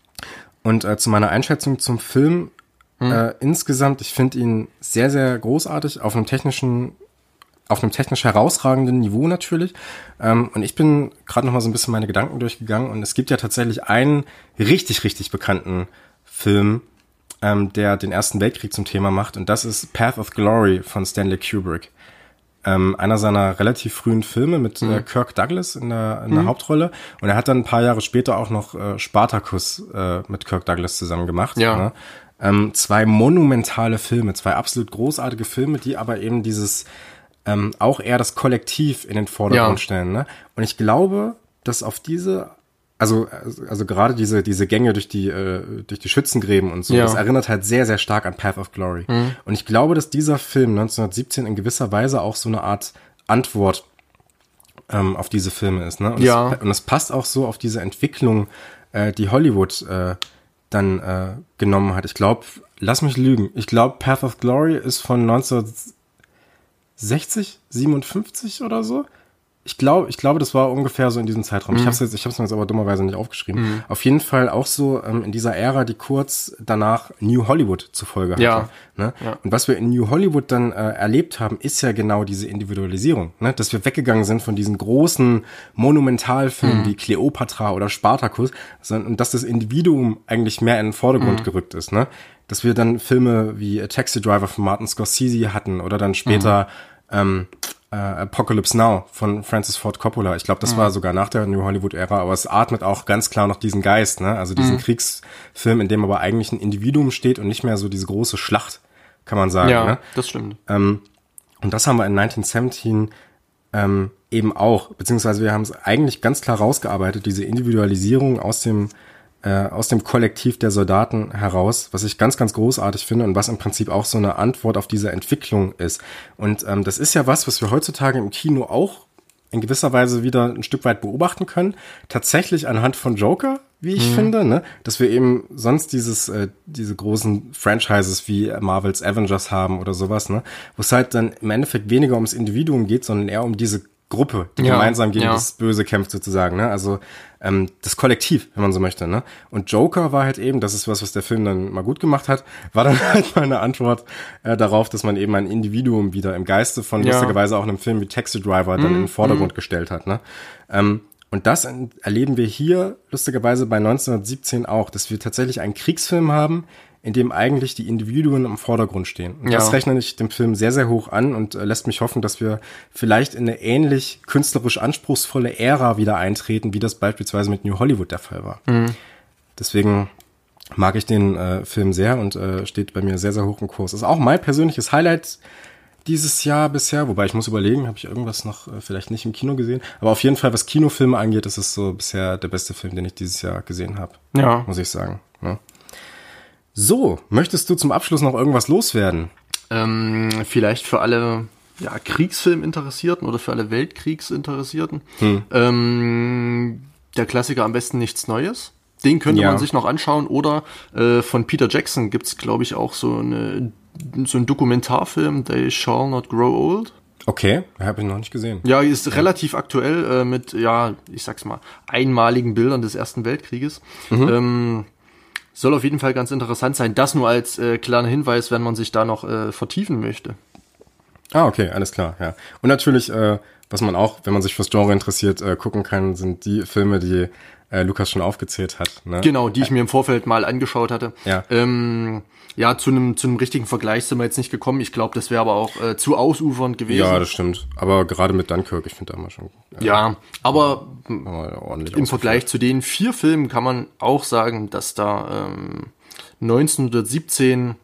und äh, zu meiner Einschätzung zum Film, äh, insgesamt, ich finde ihn sehr, sehr großartig, auf einem technischen, auf einem technisch herausragenden Niveau natürlich. Ähm, und ich bin gerade noch mal so ein bisschen meine Gedanken durchgegangen und es gibt ja tatsächlich einen richtig, richtig bekannten Film, ähm, der den Ersten Weltkrieg zum Thema macht, und das ist Path of Glory von Stanley Kubrick. Ähm, einer seiner relativ frühen Filme mit äh, Kirk Douglas in der, in der Hauptrolle. Und er hat dann ein paar Jahre später auch noch äh, Spartacus äh, mit Kirk Douglas zusammen gemacht. Ja. Ne? Ähm, zwei monumentale Filme, zwei absolut großartige Filme, die aber eben dieses ähm, auch eher das Kollektiv in den Vordergrund Ja. stellen. Ne? Und ich glaube, dass auf diese Also, also, also gerade diese, diese Gänge durch die, äh, durch die Schützengräben und so, Ja. das erinnert halt sehr, sehr stark an Path of Glory. Und ich glaube, dass dieser Film neunzehnhundertsiebzehn in gewisser Weise auch so eine Art Antwort ähm, auf diese Filme ist. Ne? Und, Ja. es, und es passt auch so auf diese Entwicklung, äh, die Hollywood äh, dann äh, genommen hat. Ich glaube, lass mich lügen, ich glaube, Path of Glory ist von neunzehnhundertsechzig, siebenundfünfzig oder so. Ich glaube, ich glaube, das war ungefähr so in diesem Zeitraum. Ich habe es jetzt, ich habe es mir jetzt aber dummerweise nicht aufgeschrieben. Auf jeden Fall auch so ähm, in dieser Ära, die kurz danach New Hollywood zur Folge hatte. Ja. Ne? Ja. Und was wir in New Hollywood dann äh, erlebt haben, ist ja genau diese Individualisierung, ne? Dass wir weggegangen sind von diesen großen Monumentalfilmen wie Cleopatra oder Spartacus, sondern und dass das Individuum eigentlich mehr in den Vordergrund gerückt ist, ne? Dass wir dann Filme wie A Taxi Driver von Martin Scorsese hatten oder dann später ähm, äh, Apocalypse Now von Francis Ford Coppola. Ich glaube, das mhm. war sogar nach der New Hollywood-Ära, aber es atmet auch ganz klar noch diesen Geist, ne? Also diesen mhm. Kriegsfilm, in dem aber eigentlich ein Individuum steht und nicht mehr so diese große Schlacht, kann man sagen. Ja, ne? das stimmt. Ähm, und das haben wir in neunzehnhundertsiebzehn ähm, eben auch, beziehungsweise wir haben es eigentlich ganz klar rausgearbeitet, diese Individualisierung aus dem äh, aus dem Kollektiv der Soldaten heraus, was ich ganz, ganz großartig finde und was im Prinzip auch so eine Antwort auf diese Entwicklung ist. Und ähm, das ist ja was, was wir heutzutage im Kino auch in gewisser Weise wieder ein Stück weit beobachten können. Tatsächlich anhand von Joker, wie ich mhm. finde, ne, dass wir eben sonst dieses äh, diese großen Franchises wie Marvels Avengers haben oder sowas, ne, wo es halt dann im Endeffekt weniger ums Individuum geht, sondern eher um diese Gruppe, die ja, gemeinsam gegen ja. das Böse kämpft sozusagen, ne? Also ähm, das Kollektiv, wenn man so möchte, ne? Und Joker war halt eben, das ist was, was der Film dann mal gut gemacht hat, war dann halt mal eine Antwort äh, darauf, dass man eben ein Individuum wieder im Geiste von ja. lustigerweise auch einem Film wie Taxi Driver dann mm, in den Vordergrund mm. gestellt hat, ne? Ähm, und das erleben wir hier lustigerweise bei neunzehnhundertsiebzehn auch, dass wir tatsächlich einen Kriegsfilm haben, in dem eigentlich die Individuen im Vordergrund stehen. Und ja. das rechne ich dem Film sehr, sehr hoch an und äh, lässt mich hoffen, dass wir vielleicht in eine ähnlich künstlerisch anspruchsvolle Ära wieder eintreten, wie das beispielsweise mit New Hollywood der Fall war. Mhm. Deswegen mag ich den äh, Film sehr und äh, steht bei mir sehr, sehr hoch im Kurs. Ist auch mein persönliches Highlight dieses Jahr bisher, wobei ich muss überlegen, habe ich irgendwas noch äh, vielleicht nicht im Kino gesehen, aber auf jeden Fall, was Kinofilme angeht, ist es so bisher der beste Film, den ich dieses Jahr gesehen habe. Ja. Muss ich sagen. Ja. So, möchtest du zum Abschluss noch irgendwas loswerden? Ähm, vielleicht für alle ja, Kriegsfilminteressierten oder für alle Weltkriegsinteressierten. Hm. Ähm, der Klassiker Am besten nichts Neues. Den könnte ja. man sich noch anschauen. Oder äh, von Peter Jackson gibt's, glaube ich, auch so, eine, so einen Dokumentarfilm, They Shall Not Grow Old. Okay, habe ich noch nicht gesehen. Ja, ist ja. relativ aktuell äh, mit, ja, ich sag's mal, einmaligen Bildern des Ersten Weltkrieges. Mhm. Ähm, Soll auf jeden Fall ganz interessant sein. Das nur als äh, kleiner Hinweis, wenn man sich da noch äh, vertiefen möchte. Ah, okay, alles klar, ja. Und natürlich, äh, was man auch, wenn man sich fürs Genre interessiert, äh, gucken kann, sind die Filme, die äh, Lukas schon aufgezählt hat. Ne? Genau, die ich mir im Vorfeld mal angeschaut hatte. Ja, ähm, ja zu einem zu einem richtigen Vergleich sind wir jetzt nicht gekommen. Ich glaube, das wäre aber auch äh, zu ausufernd gewesen. Ja, das stimmt. Aber gerade mit Dunkirk, ich finde da mal schon... Äh, ja, aber im Vergleich zu den vier Filmen kann man auch sagen, dass da ähm, neunzehnhundertsiebzehn...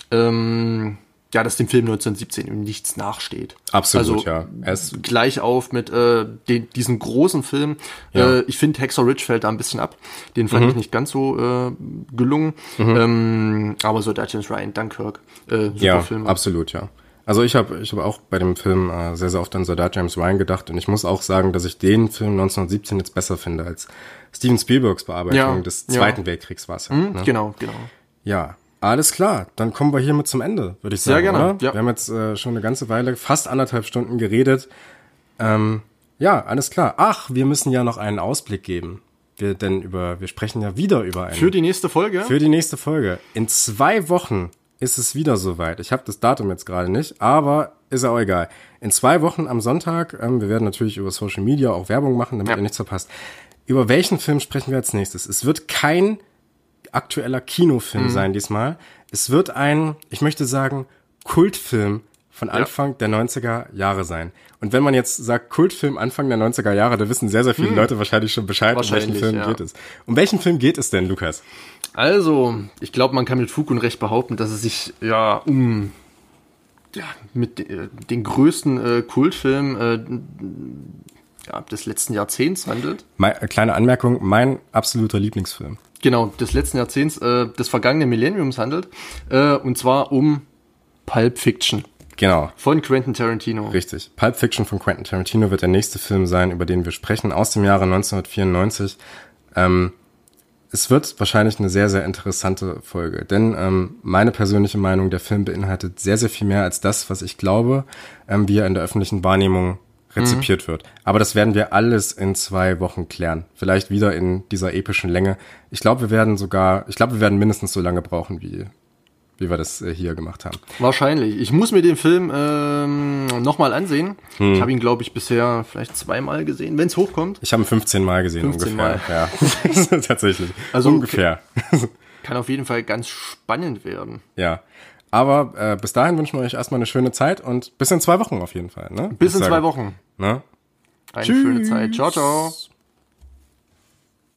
Ähm, ja, dass dem Film neunzehnhundertsiebzehn eben nichts nachsteht. Absolut, also, ja. Er ist gleich auf mit äh, den, diesen großen Film. Ja. Äh, ich finde, Hacksaw Ridge fällt da ein bisschen ab. Den fand mhm. ich nicht ganz so äh, gelungen. Mhm. Ähm, aber so James Ryan, Dunkirk, äh, super ja, Film. Ja, absolut, ja. Also ich habe ich hab auch bei dem Film äh, sehr, sehr oft an Soldat James Ryan gedacht. Und ich muss auch sagen, dass ich den Film neunzehnhundertsiebzehn jetzt besser finde als Steven Spielbergs Bearbeitung ja, des Zweiten ja. Weltkriegs war es ja. Mhm, ne? Genau, genau. Ja. Alles klar, dann kommen wir hiermit zum Ende, würde ich sagen. Sehr gerne. Oder? Ja. Wir haben jetzt äh, schon eine ganze Weile, fast anderthalb Stunden geredet. Ähm, ja, alles klar. Ach, wir müssen ja noch einen Ausblick geben. Wir, denn über, wir sprechen ja wieder über einen. Für die nächste Folge? Für die nächste Folge. In zwei Wochen ist es wieder soweit. Ich habe das Datum jetzt gerade nicht, aber ist ja auch egal. In zwei Wochen am Sonntag, ähm, wir werden natürlich über Social Media auch Werbung machen, damit ja. ihr nichts verpasst. Über welchen Film sprechen wir als nächstes? Es wird kein aktueller Kinofilm mhm. sein diesmal. Es wird ein, ich möchte sagen, Kultfilm von Anfang ja. der neunziger Jahre sein. Und wenn man jetzt sagt Kultfilm Anfang der neunziger Jahre, da wissen sehr, sehr viele mhm. Leute wahrscheinlich schon Bescheid, um welchen Film ja. geht es. Um welchen Film geht es denn, Lukas? Also, ich glaube, man kann mit Fug und Recht behaupten, dass es sich ja um ja, mit äh, den größten äh, Kultfilm äh, ja, des letzten Jahrzehnts handelt. Meine, kleine Anmerkung, mein absoluter Lieblingsfilm. Genau, des letzten Jahrzehnts, äh, des vergangenen Millenniums handelt. Äh, und zwar um Pulp Fiction. Genau. Von Quentin Tarantino. Richtig. Pulp Fiction von Quentin Tarantino wird der nächste Film sein, über den wir sprechen, aus dem Jahre neunzehnhundertvierundneunzig. Ähm, es wird wahrscheinlich eine sehr, sehr interessante Folge, denn ähm, meine persönliche Meinung, der Film beinhaltet sehr, sehr viel mehr als das, was ich glaube, ähm, wie er in der öffentlichen Wahrnehmung rezipiert mhm. wird. Aber das werden wir alles in zwei Wochen klären. Vielleicht wieder in dieser epischen Länge. Ich glaube, wir werden sogar, ich glaube, wir werden mindestens so lange brauchen, wie, wie wir das äh, hier gemacht haben. Wahrscheinlich. Ich muss mir den Film ähm, nochmal ansehen. Hm. Ich habe ihn, glaube ich, bisher vielleicht zweimal gesehen, wenn es hochkommt. Ich habe ihn fünfzehn Mal gesehen, fünfzehn ungefähr. Mal. Ja, tatsächlich. Also ungefähr. Kann auf jeden Fall ganz spannend werden. Ja. Aber äh, bis dahin wünschen wir euch erstmal eine schöne Zeit und bis in zwei Wochen auf jeden Fall. Ne? Bis in zwei Wochen. Ne? Eine Tschüss. Schöne Zeit. Ciao, ciao.